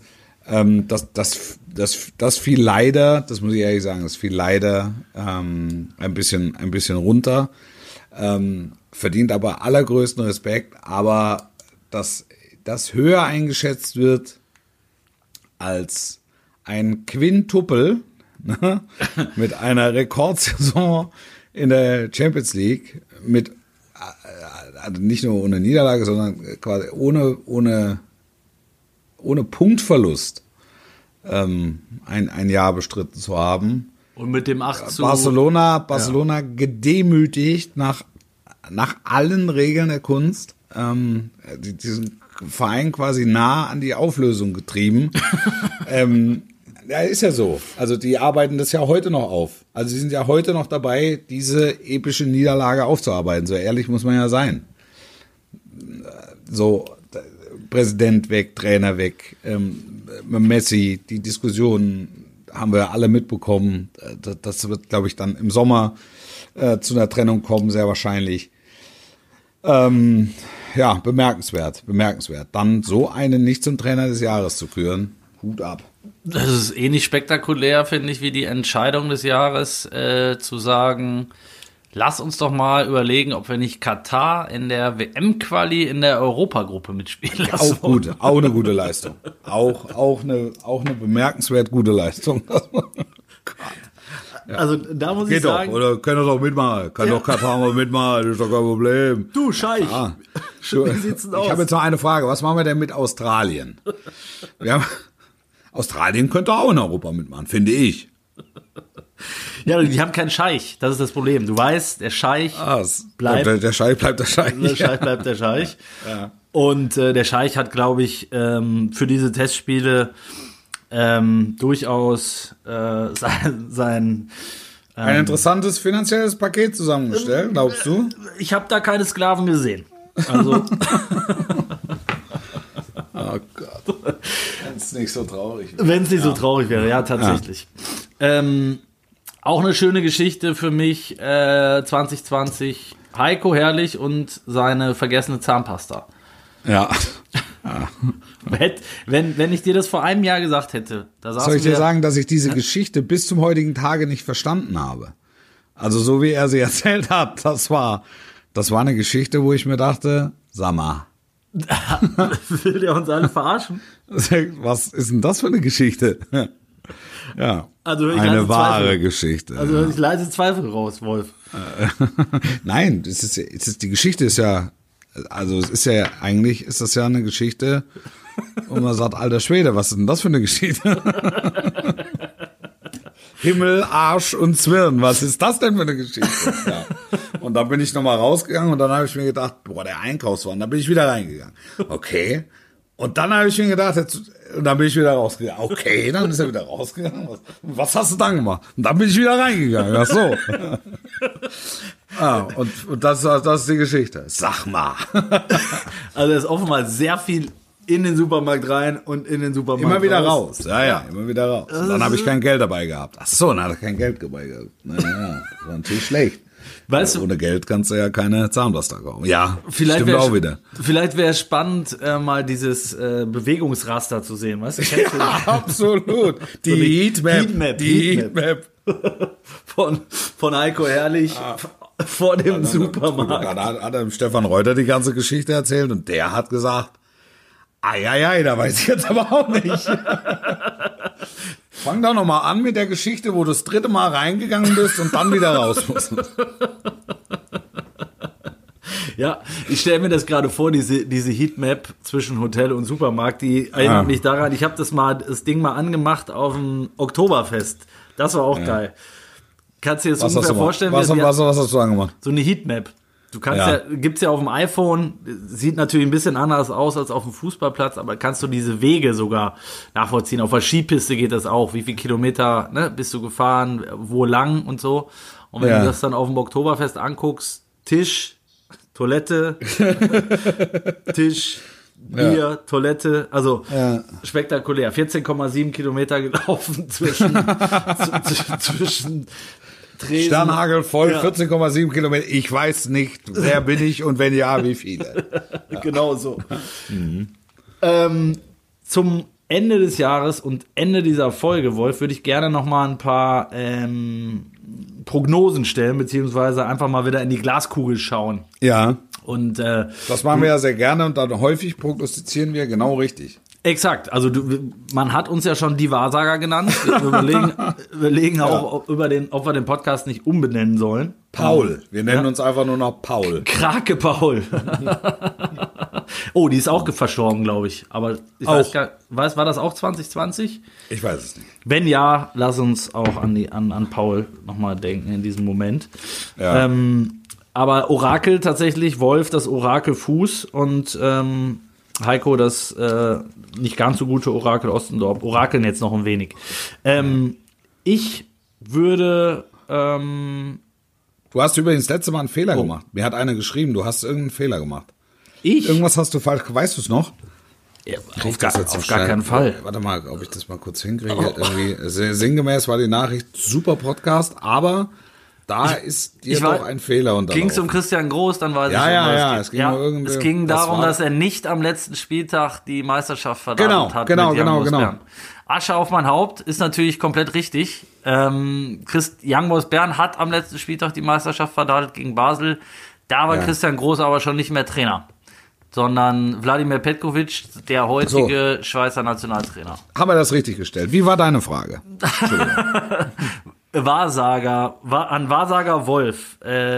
Das fiel leider, das muss ich ehrlich sagen, das fiel leider ein bisschen runter. Verdient aber allergrößten Respekt, aber dass das höher eingeschätzt wird als ein Quintuple mit einer Rekordsaison in der Champions League, mit also nicht nur ohne Niederlage, sondern quasi ohne Punktverlust ein Jahr bestritten zu haben. Und mit dem 8 zu Barcelona gedemütigt nach allen Regeln der Kunst. Diesen Verein quasi nah an die Auflösung getrieben. Ja, ist ja so. Also die arbeiten das ja heute noch auf. Also sie sind ja heute noch dabei, diese epische Niederlage aufzuarbeiten. So ehrlich muss man ja sein. So, Präsident weg, Trainer weg, Messi, die Diskussionen haben wir alle mitbekommen. Das wird, glaube ich, dann im Sommer zu einer Trennung kommen, sehr wahrscheinlich. Ja, bemerkenswert. Dann so einen nicht zum Trainer des Jahres zu küren, Hut ab. Das ist ähnlich spektakulär, finde ich, wie die Entscheidung des Jahres, zu sagen, lass uns doch mal überlegen, ob wir nicht Katar in der WM-Quali in der Europagruppe mitspielen lassen. Auch gut, auch eine gute Leistung. Auch eine bemerkenswert gute Leistung. Ja. Also da muss Geht ich sagen... Doch, oder können das auch mitmachen. Kann doch Katar mal mitmachen, das ist doch kein Problem. Du, Scheich, wie sieht's denn aus? Ich habe jetzt noch eine Frage. Was machen wir denn mit Australien? Australien könnte auch in Europa mitmachen, finde ich. Ja, die haben keinen Scheich. Das ist das Problem. Du weißt, der Scheich bleibt... Der Scheich bleibt der Scheich. Der Scheich bleibt der Scheich. Ja. Und der Scheich hat, glaube ich, für diese Testspiele durchaus sein ein interessantes finanzielles Paket zusammengestellt, glaubst du? Ich habe da keine Sklaven gesehen. Also oh Gott. Wenn es nicht so traurig wäre. Wenn es nicht so traurig wäre, ja, tatsächlich. Ja. Auch eine schöne Geschichte für mich, 2020, Heiko Herrlich und seine vergessene Zahnpasta. Ja. Wenn ich dir das vor einem Jahr gesagt hätte, da soll ich dir sagen, dass ich diese Geschichte bis zum heutigen Tage nicht verstanden habe? Also so wie er sie erzählt hat, das war eine Geschichte, wo ich mir dachte, sag mal. Will der uns alle verarschen? Was ist denn das für eine Geschichte? Ja, also eine wahre Geschichte. Also ich leite Zweifel raus, Wolf. Nein, die Geschichte ist ja, also es ist ja, eigentlich ist das ja eine Geschichte, und man sagt, alter Schwede, was ist denn das für eine Geschichte? Himmel, Arsch und Zwirn, was ist das denn für eine Geschichte? Ja. Und dann bin ich nochmal rausgegangen und dann habe ich mir gedacht, boah, der Einkaufswagen, dann bin ich wieder reingegangen. Okay. Und dann habe ich mir gedacht, und dann bin ich wieder rausgegangen. Okay, dann ist er wieder rausgegangen. Was hast du dann gemacht? Und dann bin ich wieder reingegangen. Ach so. Und das ist die Geschichte. Sag mal. Also es ist offenbar sehr viel in den Supermarkt rein und in den Supermarkt immer wieder raus. Ja, immer wieder raus. Und dann habe ich kein Geld dabei gehabt. Ach so, dann hat er kein Geld dabei gehabt. Naja, das war natürlich schlecht. Weißt du, ohne Geld kannst du ja keine Zahnpasta kaufen. Ja, stimmt auch wieder. Vielleicht wäre es spannend, mal dieses Bewegungsraster zu sehen, weißt du? Ja, absolut. Die Heatmap. Von Heiko Herrlich vor dem Supermarkt. Dann hat dem Stefan Reuter die ganze Geschichte erzählt und der hat gesagt, ei, da weiß ich jetzt aber auch nicht. Fang doch nochmal an mit der Geschichte, wo du das 3. Mal reingegangen bist und dann wieder raus musst. Ja, ich stelle mir das gerade vor, diese Heatmap zwischen Hotel und Supermarkt, die erinnert mich daran, ich habe das Ding mal angemacht auf dem Oktoberfest. Das war auch geil. Kannst du dir das ungefähr vorstellen? Was hast du angemacht? So eine Heatmap. Du kannst gibt's ja auf dem iPhone, sieht natürlich ein bisschen anders aus als auf dem Fußballplatz, aber kannst du diese Wege sogar nachvollziehen. Auf der Skipiste geht das auch. Wie viel Kilometer bist du gefahren, wo lang und so. Und wenn du das dann auf dem Oktoberfest anguckst, Tisch, Toilette, Tisch, Bier, Toilette, also spektakulär. 14,7 Kilometer gelaufen zwischen Tresen. Sternhagel voll, 14,7 Kilometer. Ich weiß nicht, wer bin ich und wenn ja, wie viele. Genau so. Zum Ende des Jahres und Ende dieser Folge, Wolf, würde ich gerne noch mal ein paar Prognosen stellen, beziehungsweise einfach mal wieder in die Glaskugel schauen. Ja. Und das machen wir ja sehr gerne und dann häufig prognostizieren wir genau richtig. Exakt, also man hat uns ja schon die Wahrsager genannt. Wir überlegen auch, ob wir den Podcast nicht umbenennen sollen. Paul, wir nennen uns einfach nur noch Paul. Krake Paul. Oh, die ist auch verstorben, glaube ich. Aber ich weiß gar nicht, war das auch 2020? Ich weiß es nicht. Wenn ja, lass uns auch an Paul nochmal denken in diesem Moment. Ja. Aber Orakel tatsächlich, Wolf, das Orakel Fuß und Heiko, das nicht ganz so gute Orakel Ostendorf. Orakeln jetzt noch ein wenig. Ich würde... Du hast übrigens letzte Mal einen Fehler gemacht. Mir hat einer geschrieben, du hast irgendeinen Fehler gemacht. Ich? Irgendwas hast du falsch, weißt du es noch? Ja, auf gar keinen Fall. Warte mal, ob ich das mal kurz hinkriege. Irgendwie sinngemäß war die Nachricht, super Podcast, aber da ist dir doch ein Fehler unterlaufen. Ging es um Christian Groß, dann weiß ich schon, es ging darum, dass er nicht am letzten Spieltag die Meisterschaft verdammt hat. Genau. Asche auf mein Haupt ist natürlich komplett richtig. Young Boys Bern hat am letzten Spieltag die Meisterschaft verdammt gegen Basel. Da war Christian Groß aber schon nicht mehr Trainer, sondern Wladimir Petkovic, der heutige Schweizer Nationaltrainer. Haben wir das richtig gestellt? Wie war deine Frage? Wahrsager Wolf.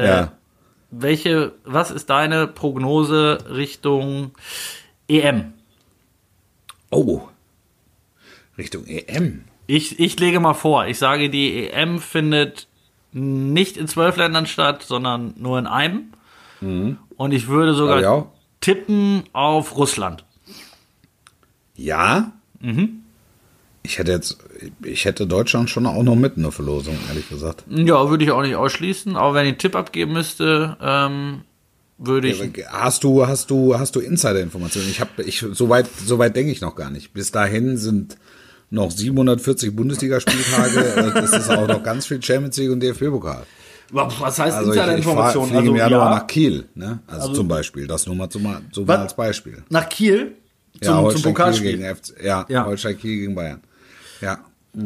Was ist deine Prognose Richtung EM? Oh, Richtung EM. Ich lege mal vor, ich sage, die EM findet nicht in 12 Ländern statt, sondern nur in einem. Mhm. Und ich würde sogar tippen auf Russland. Ja? Mhm. Ich hätte Deutschland schon auch noch mit in der Verlosung, ehrlich gesagt. Ja, würde ich auch nicht ausschließen. Aber wenn ich einen Tipp abgeben müsste, würde ich... Hast du Insider-Informationen? So weit denke ich noch gar nicht. Bis dahin sind noch 740 Bundesligaspieltage. Das ist auch noch ganz viel Champions League und DFB-Pokal. Was heißt Insider-Informationen? Ich fliege im Januar nach Kiel, ne? Also zum Beispiel. Das nur mal als Beispiel. Nach Kiel? Zum Pokalspiel? Kiel gegen Holstein Kiel gegen Bayern. Ja.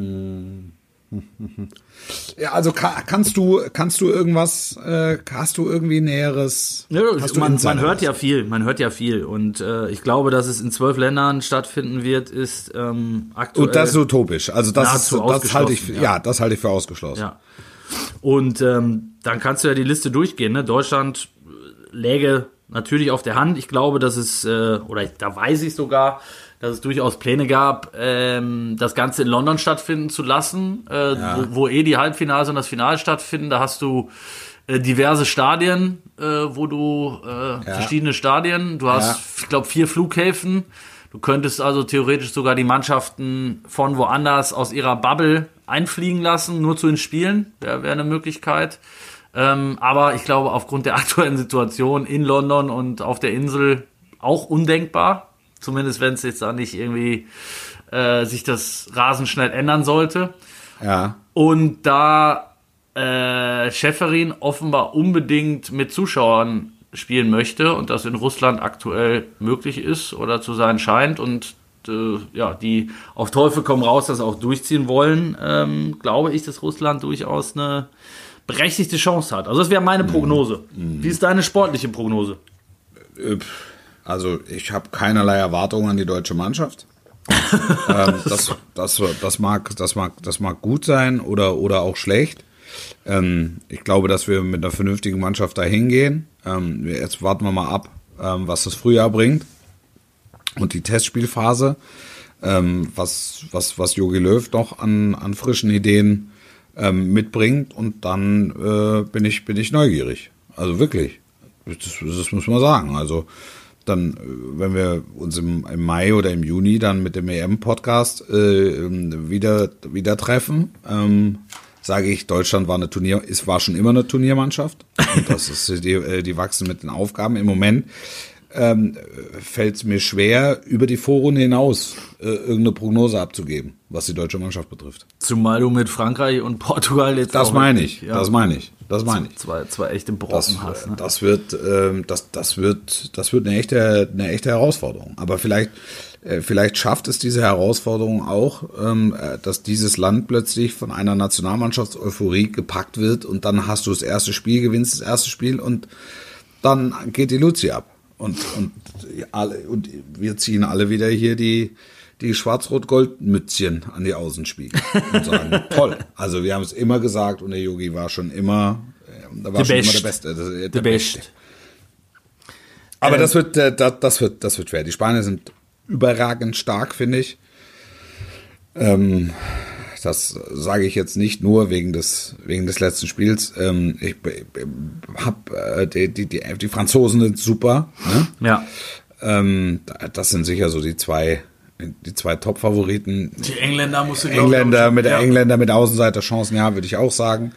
Ja, also kannst du irgendwas, hast du irgendwie Näheres? Ja, man hört ja viel und ich glaube, dass es in 12 Ländern stattfinden wird, ist aktuell. Und das ist utopisch. Also das halte ich für ausgeschlossen. Ja. Und dann kannst du ja die Liste durchgehen. Ne? Deutschland läge natürlich auf der Hand. Ich glaube, dass es da weiß ich sogar, dass es durchaus Pläne gab, das Ganze in London stattfinden zu lassen, wo die Halbfinals und das Finale stattfinden. Da hast du diverse Stadien, verschiedene Stadien. Du hast, ich glaube, 4 Flughäfen. Du könntest also theoretisch sogar die Mannschaften von woanders aus ihrer Bubble einfliegen lassen, nur zu den Spielen. Wäre eine Möglichkeit. Aber ich glaube, aufgrund der aktuellen Situation in London und auf der Insel auch undenkbar. Zumindest wenn es jetzt da nicht irgendwie sich das rasend schnell ändern sollte. Ja. Und da Schäferin offenbar unbedingt mit Zuschauern spielen möchte und das in Russland aktuell möglich ist oder zu sein scheint und die auf Teufel komm raus das auch durchziehen wollen, glaube ich, dass Russland durchaus eine berechtigte Chance hat. Also das wäre meine Prognose. Wie ist deine sportliche Prognose? Also ich habe keinerlei Erwartungen an die deutsche Mannschaft. Das mag gut sein oder auch schlecht. Ich glaube, dass wir mit einer vernünftigen Mannschaft da hingehen. Jetzt warten wir mal ab, was das Frühjahr bringt und die Testspielphase. Was Jogi Löw noch an frischen Ideen mitbringt, und dann bin ich neugierig. Also wirklich. Das muss man sagen. Also dann, wenn wir uns im Mai oder im Juni dann mit dem EM-Podcast wieder treffen, sage ich, Deutschland war schon immer eine Turniermannschaft. Und das ist die wachsen mit den Aufgaben. Im Moment fällt es mir schwer, über die Vorrunde hinaus irgendeine Prognose abzugeben, was die deutsche Mannschaft betrifft. Zumal du mit Frankreich und Portugal jetzt das meine ich. Zwei echte Brocken hast. Ne? Das wird eine echte Herausforderung. Aber vielleicht schafft es diese Herausforderung auch, dass dieses Land plötzlich von einer Nationalmannschafts-Euphorie gepackt wird, und dann hast du das erste Spiel, gewinnst das erste Spiel und dann geht die Luzi ab. Und wir ziehen alle wieder hier die Schwarz-Rot-Gold-Mützchen an die Außenspiegel und sagen, toll. Also wir haben es immer gesagt, und der Yogi war schon immer, immer der Beste. Der Beste. Aber das wird schwer. Die Spanier sind überragend stark, finde ich. Das sage ich jetzt nicht nur wegen des letzten Spiels. Die Franzosen sind super. Ne? Ja. Das sind sicher so die zwei Top-Favoriten. Die Engländer musst du Engländer mit Außenseiterchancen, ja, würde ich auch sagen.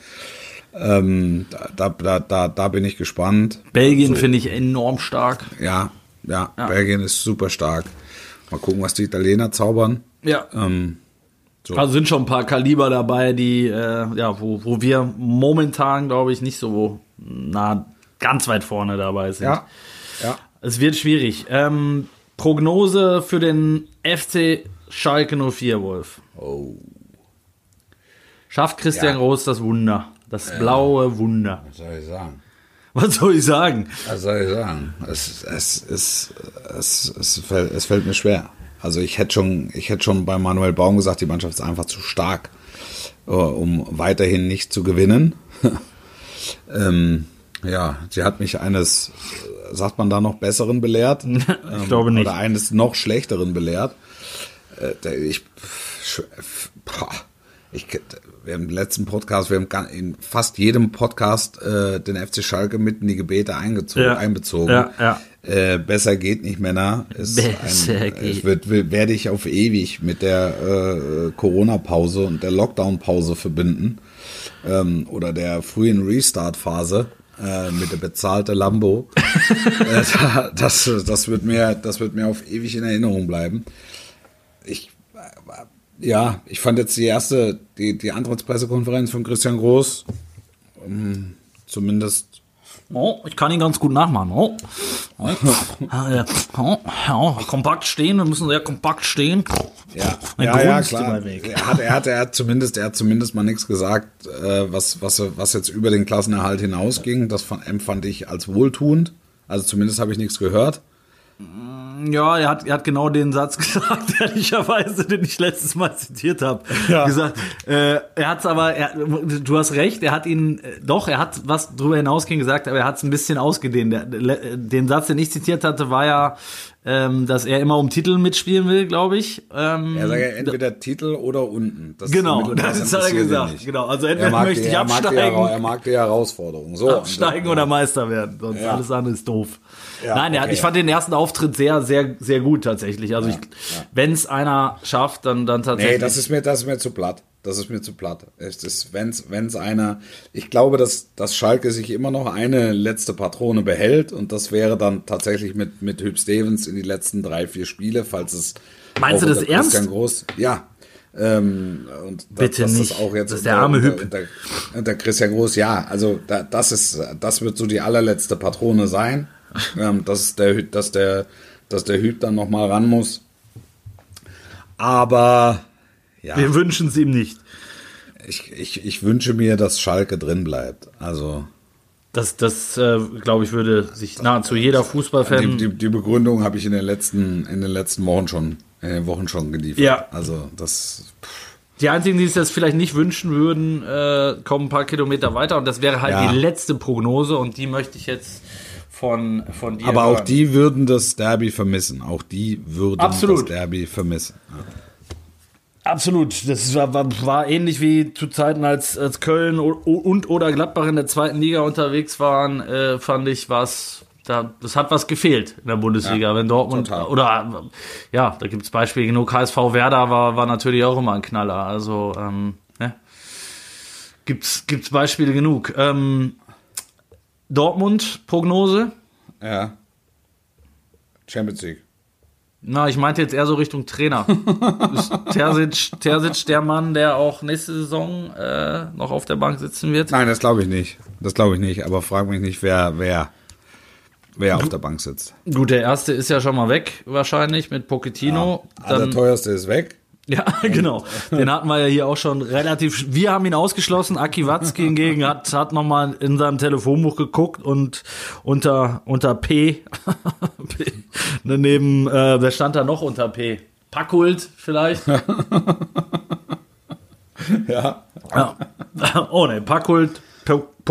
Da bin ich gespannt. Belgien finde ich enorm stark. Ja, Belgien ist super stark. Mal gucken, was die Italiener zaubern. Ja. So. Also sind schon ein paar Kaliber dabei, die, wo wir momentan, glaube ich, nicht so ganz weit vorne dabei sind. Ja. Es wird schwierig. Prognose für den FC Schalke 04, Wolf. Oh. Schafft Christian Groß das Wunder? Das blaue Wunder. Was soll ich sagen? Was soll ich sagen? Es fällt mir schwer. Also ich hätte schon bei Manuel Baum gesagt, die Mannschaft ist einfach zu stark, um weiterhin nicht zu gewinnen. Sie hat mich eines, sagt man da noch, Besseren belehrt? Ich glaube nicht. Oder eines noch Schlechteren belehrt. Wir haben im letzten Podcast, in fast jedem Podcast den FC Schalke mit in die Gebete einbezogen. Ja. Besser geht nicht, Männer. Werde ich auf ewig mit der Corona-Pause und der Lockdown-Pause verbinden. Oder der frühen Restart-Phase mit der bezahlten Lambo. Das wird mir auf ewig in Erinnerung bleiben. Ich fand jetzt die Antrittspressekonferenz von Christian Groß zumindest. Oh, ich kann ihn ganz gut nachmachen. Kompakt stehen, wir müssen sehr kompakt stehen. Ja, klar. Er hat zumindest mal nichts gesagt, was jetzt über den Klassenerhalt hinausging. Das empfand ich als wohltuend. Also zumindest habe ich nichts gehört. Ja, er hat genau den Satz gesagt, ehrlicherweise, den ich letztes Mal zitiert habe. Ja. Gesagt, du hast recht, er hat was drüber hinausging gesagt, aber er hat es ein bisschen ausgedehnt. Den Satz, den ich zitiert hatte, war ja, dass er immer um Titel mitspielen will, glaube ich. Er sagt ja entweder Titel oder unten. Das hat er gesagt. Genau, also entweder möchte ich absteigen. Er mag die Herausforderung. So, absteigen oder Meister werden, sonst alles andere ist doof. Ja, ich fand den ersten Auftritt sehr, sehr, sehr gut tatsächlich. Also wenn es einer schafft, dann tatsächlich. Nee, das ist mir zu platt. Wenn's einer, ich glaube, dass Schalke sich immer noch eine letzte Patrone behält und das wäre dann tatsächlich mit Hüb Stevens in die letzten 3-4 Spiele, falls es. Meinst du das ernst? Groß, ja. Und bitte das nicht. Ist auch jetzt das ist der arme Hüb. Der Christian Groß, ja. Also das wird so die allerletzte Patrone sein. Dass der Hüb dann noch mal ran muss. Aber ja. Wir wünschen es ihm nicht. Ich wünsche mir, dass Schalke drin bleibt. Also das glaube ich, würde sich nahezu jeder Fußballfan. Die Begründung habe ich in den letzten Wochen schon geliefert. Ja. Also das. Die einzigen, die es das vielleicht nicht wünschen würden, kommen ein paar Kilometer weiter und das wäre halt die letzte Prognose und die möchte ich jetzt von dir. Aber auch die würden das Derby vermissen. Das Derby vermissen. Ja. Absolut. Das war ähnlich wie zu Zeiten, als Köln oder Gladbach in der zweiten Liga unterwegs waren, fand ich das hat was gefehlt in der Bundesliga. Ja, wenn Dortmund total. Da gibt es Beispiele genug. HSV Werder war natürlich auch immer ein Knaller. Also gibt's Beispiele genug. Dortmund Prognose? Ja. Champions League. Na, ich meinte jetzt eher so Richtung Trainer. Ist Terzic der Mann, der auch nächste Saison noch auf der Bank sitzen wird? Nein, das glaube ich nicht. Aber frag mich nicht, wer auf der Bank sitzt. Gut, der erste ist ja schon mal weg, wahrscheinlich, mit Pochettino. Ja, der teuerste ist weg. Ja, genau. Den hatten wir ja hier auch schon relativ. Wir haben ihn ausgeschlossen. Aki Watzke hingegen hat nochmal in seinem Telefonbuch geguckt und unter P. Daneben, wer stand da noch unter P? Packhult vielleicht? Ja. Oh ne, Packhult,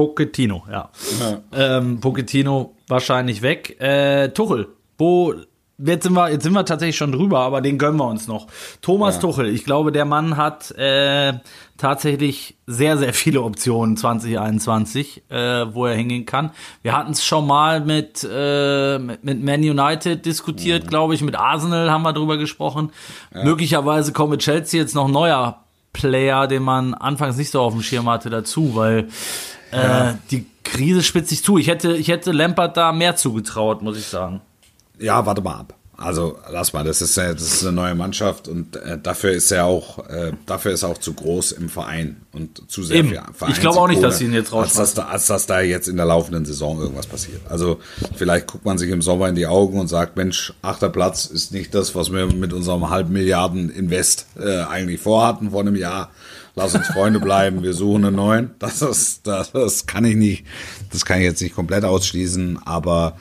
Pochettino, ja. Pochettino wahrscheinlich weg. Tuchel. jetzt sind wir tatsächlich schon drüber, aber den gönnen wir uns noch. Thomas Tuchel, ich glaube, der Mann hat tatsächlich sehr, sehr viele Optionen 2021, wo er hingehen kann. Wir hatten es schon mal mit Man United diskutiert, glaube ich, mit Arsenal haben wir drüber gesprochen. Ja. Möglicherweise kommt mit Chelsea jetzt noch ein neuer Player, den man anfangs nicht so auf dem Schirm hatte, dazu, weil die Krise spitzt sich zu. Ich hätte Lampard da mehr zugetraut, muss ich sagen. Ja, warte mal ab. Also lass mal, das ist eine neue Mannschaft und dafür ist er auch zu groß im Verein und zu sehr viel Verein. Ich glaube auch nicht, dass sie ihn jetzt rausschmeißen. Als dass da jetzt in der laufenden Saison irgendwas passiert. Also vielleicht guckt man sich im Sommer in die Augen und sagt, Mensch, 8. Platz ist nicht das, was wir mit unserem 500 Milliarden Invest eigentlich vorhatten vor einem Jahr. Lass uns Freunde bleiben, wir suchen einen neuen. Das kann ich nicht, das kann ich jetzt nicht komplett ausschließen, aber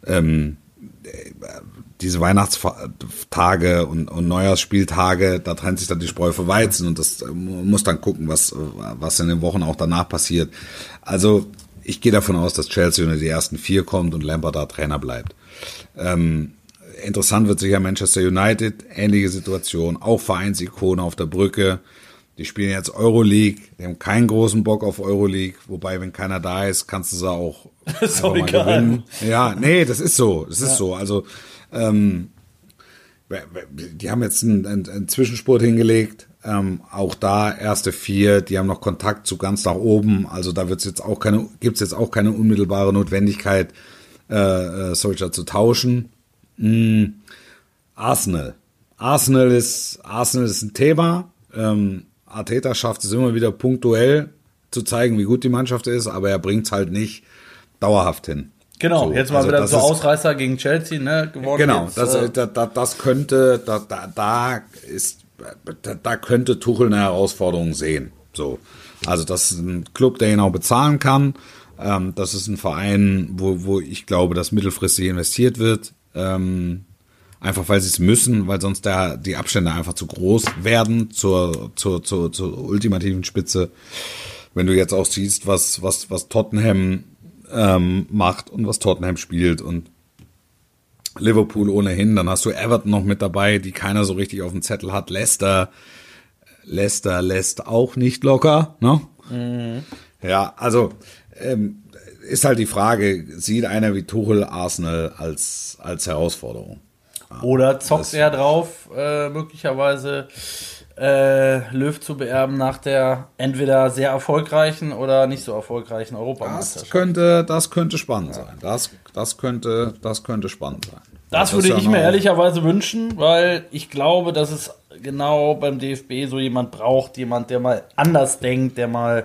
diese Weihnachtstage und Neujahrsspieltage, da trennt sich dann die Spreu vom Weizen und das muss dann gucken, was in den Wochen auch danach passiert. Also ich gehe davon aus, dass Chelsea unter die ersten 4 kommt und Lampard da Trainer bleibt. Interessant wird sicher Manchester United, ähnliche Situation, auch Vereinsikone auf der Brücke. Die spielen jetzt Euroleague, die haben keinen großen Bock auf Euroleague, wobei, wenn keiner da ist, kannst du sie auch ist auch egal. Mal gewinnen. Ja, nee, das ist so, so. Also die haben jetzt einen Zwischenspurt hingelegt, auch da erste 4, die haben noch Kontakt zu ganz nach oben, also da gibt's jetzt auch keine unmittelbare Notwendigkeit, solcher zu tauschen. Arsenal ist ein Thema. Arteta schafft es immer wieder punktuell zu zeigen, wie gut die Mannschaft ist, aber er bringt's halt nicht dauerhaft hin. Genau, so, jetzt mal also wieder so Ausreißer gegen Chelsea, ne, geworden. Genau, das könnte, da könnte Tuchel eine Herausforderung sehen. So, also das ist ein Club, der ihn auch bezahlen kann. Das ist ein Verein, wo ich glaube, dass mittelfristig investiert wird. Einfach weil sie es müssen, weil sonst die Abstände einfach zu groß werden zur ultimativen Spitze. Wenn du jetzt auch siehst, was Tottenham macht und was Tottenham spielt und Liverpool ohnehin, dann hast du Everton noch mit dabei, die keiner so richtig auf dem Zettel hat. Leicester lässt auch nicht locker, ne? Mhm. Ja, also ist halt die Frage, sieht einer wie Tuchel Arsenal als Herausforderung? Oder zockt er drauf, möglicherweise Löw zu beerben nach der entweder sehr erfolgreichen oder nicht so erfolgreichen Europameisterschaft. Das könnte spannend sein. Das könnte spannend sein. Das würde ich mir ehrlicherweise wünschen, weil ich glaube, dass es genau beim DFB so jemand braucht, jemand, der mal anders denkt, der mal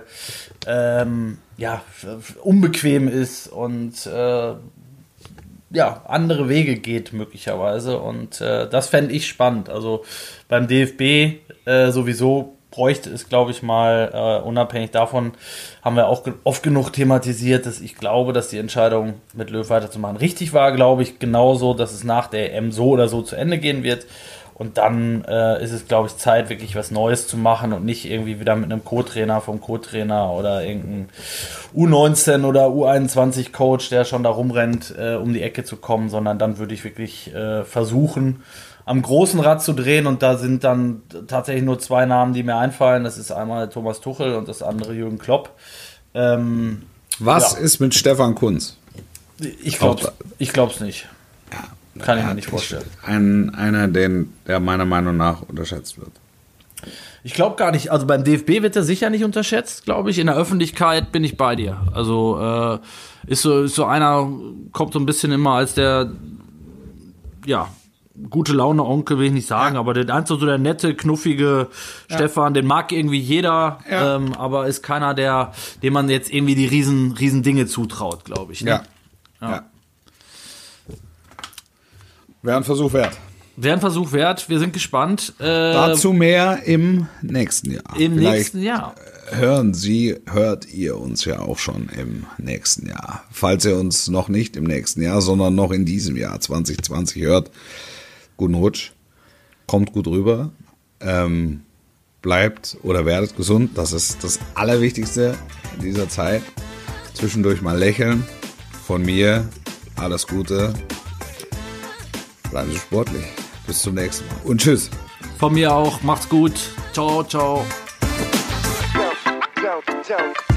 unbequem ist und andere Wege geht möglicherweise und das fände ich spannend. Also beim DFB sowieso bräuchte es, glaube ich mal, unabhängig davon, haben wir auch oft genug thematisiert, dass ich glaube, dass die Entscheidung mit Löw weiterzumachen richtig war, glaube ich, genauso, dass es nach der EM so oder so zu Ende gehen wird. Und dann ist es, glaube ich, Zeit, wirklich was Neues zu machen und nicht irgendwie wieder mit einem Co-Trainer vom Co-Trainer oder irgendein U19 oder U21-Coach, der schon da rumrennt, um die Ecke zu kommen, sondern dann würde ich wirklich versuchen, am großen Rad zu drehen. Und da sind dann tatsächlich nur 2 Namen, die mir einfallen. Das ist einmal Thomas Tuchel und das andere Jürgen Klopp. Was ist mit Stefan Kuntz? Ich glaube es nicht. Ja. Kann ich mir nicht vorstellen. Einer, der meiner Meinung nach unterschätzt wird. Ich glaube gar nicht. Also beim DFB wird er sicher nicht unterschätzt, glaube ich. In der Öffentlichkeit bin ich bei dir. Also ist so einer, kommt so ein bisschen immer als der, gute Laune Onkel, will ich nicht sagen, aber so der nette, knuffige Stefan, den mag irgendwie jeder, aber ist keiner, dem man jetzt irgendwie die riesen Dinge zutraut, glaube ich. Ne? Ja. Wäre ein Versuch wert. Wir sind gespannt. Dazu mehr im nächsten Jahr. Nächsten Jahr. Hört ihr uns ja auch schon im nächsten Jahr. Falls ihr uns noch nicht im nächsten Jahr, sondern noch in diesem Jahr 2020 hört, guten Rutsch, kommt gut rüber, bleibt oder werdet gesund, das ist das Allerwichtigste in dieser Zeit. Zwischendurch mal lächeln, von mir alles Gute. Bleiben Sie sportlich. Bis zum nächsten Mal. Und tschüss. Von mir auch. Macht's gut. Ciao, ciao. Go, go, go.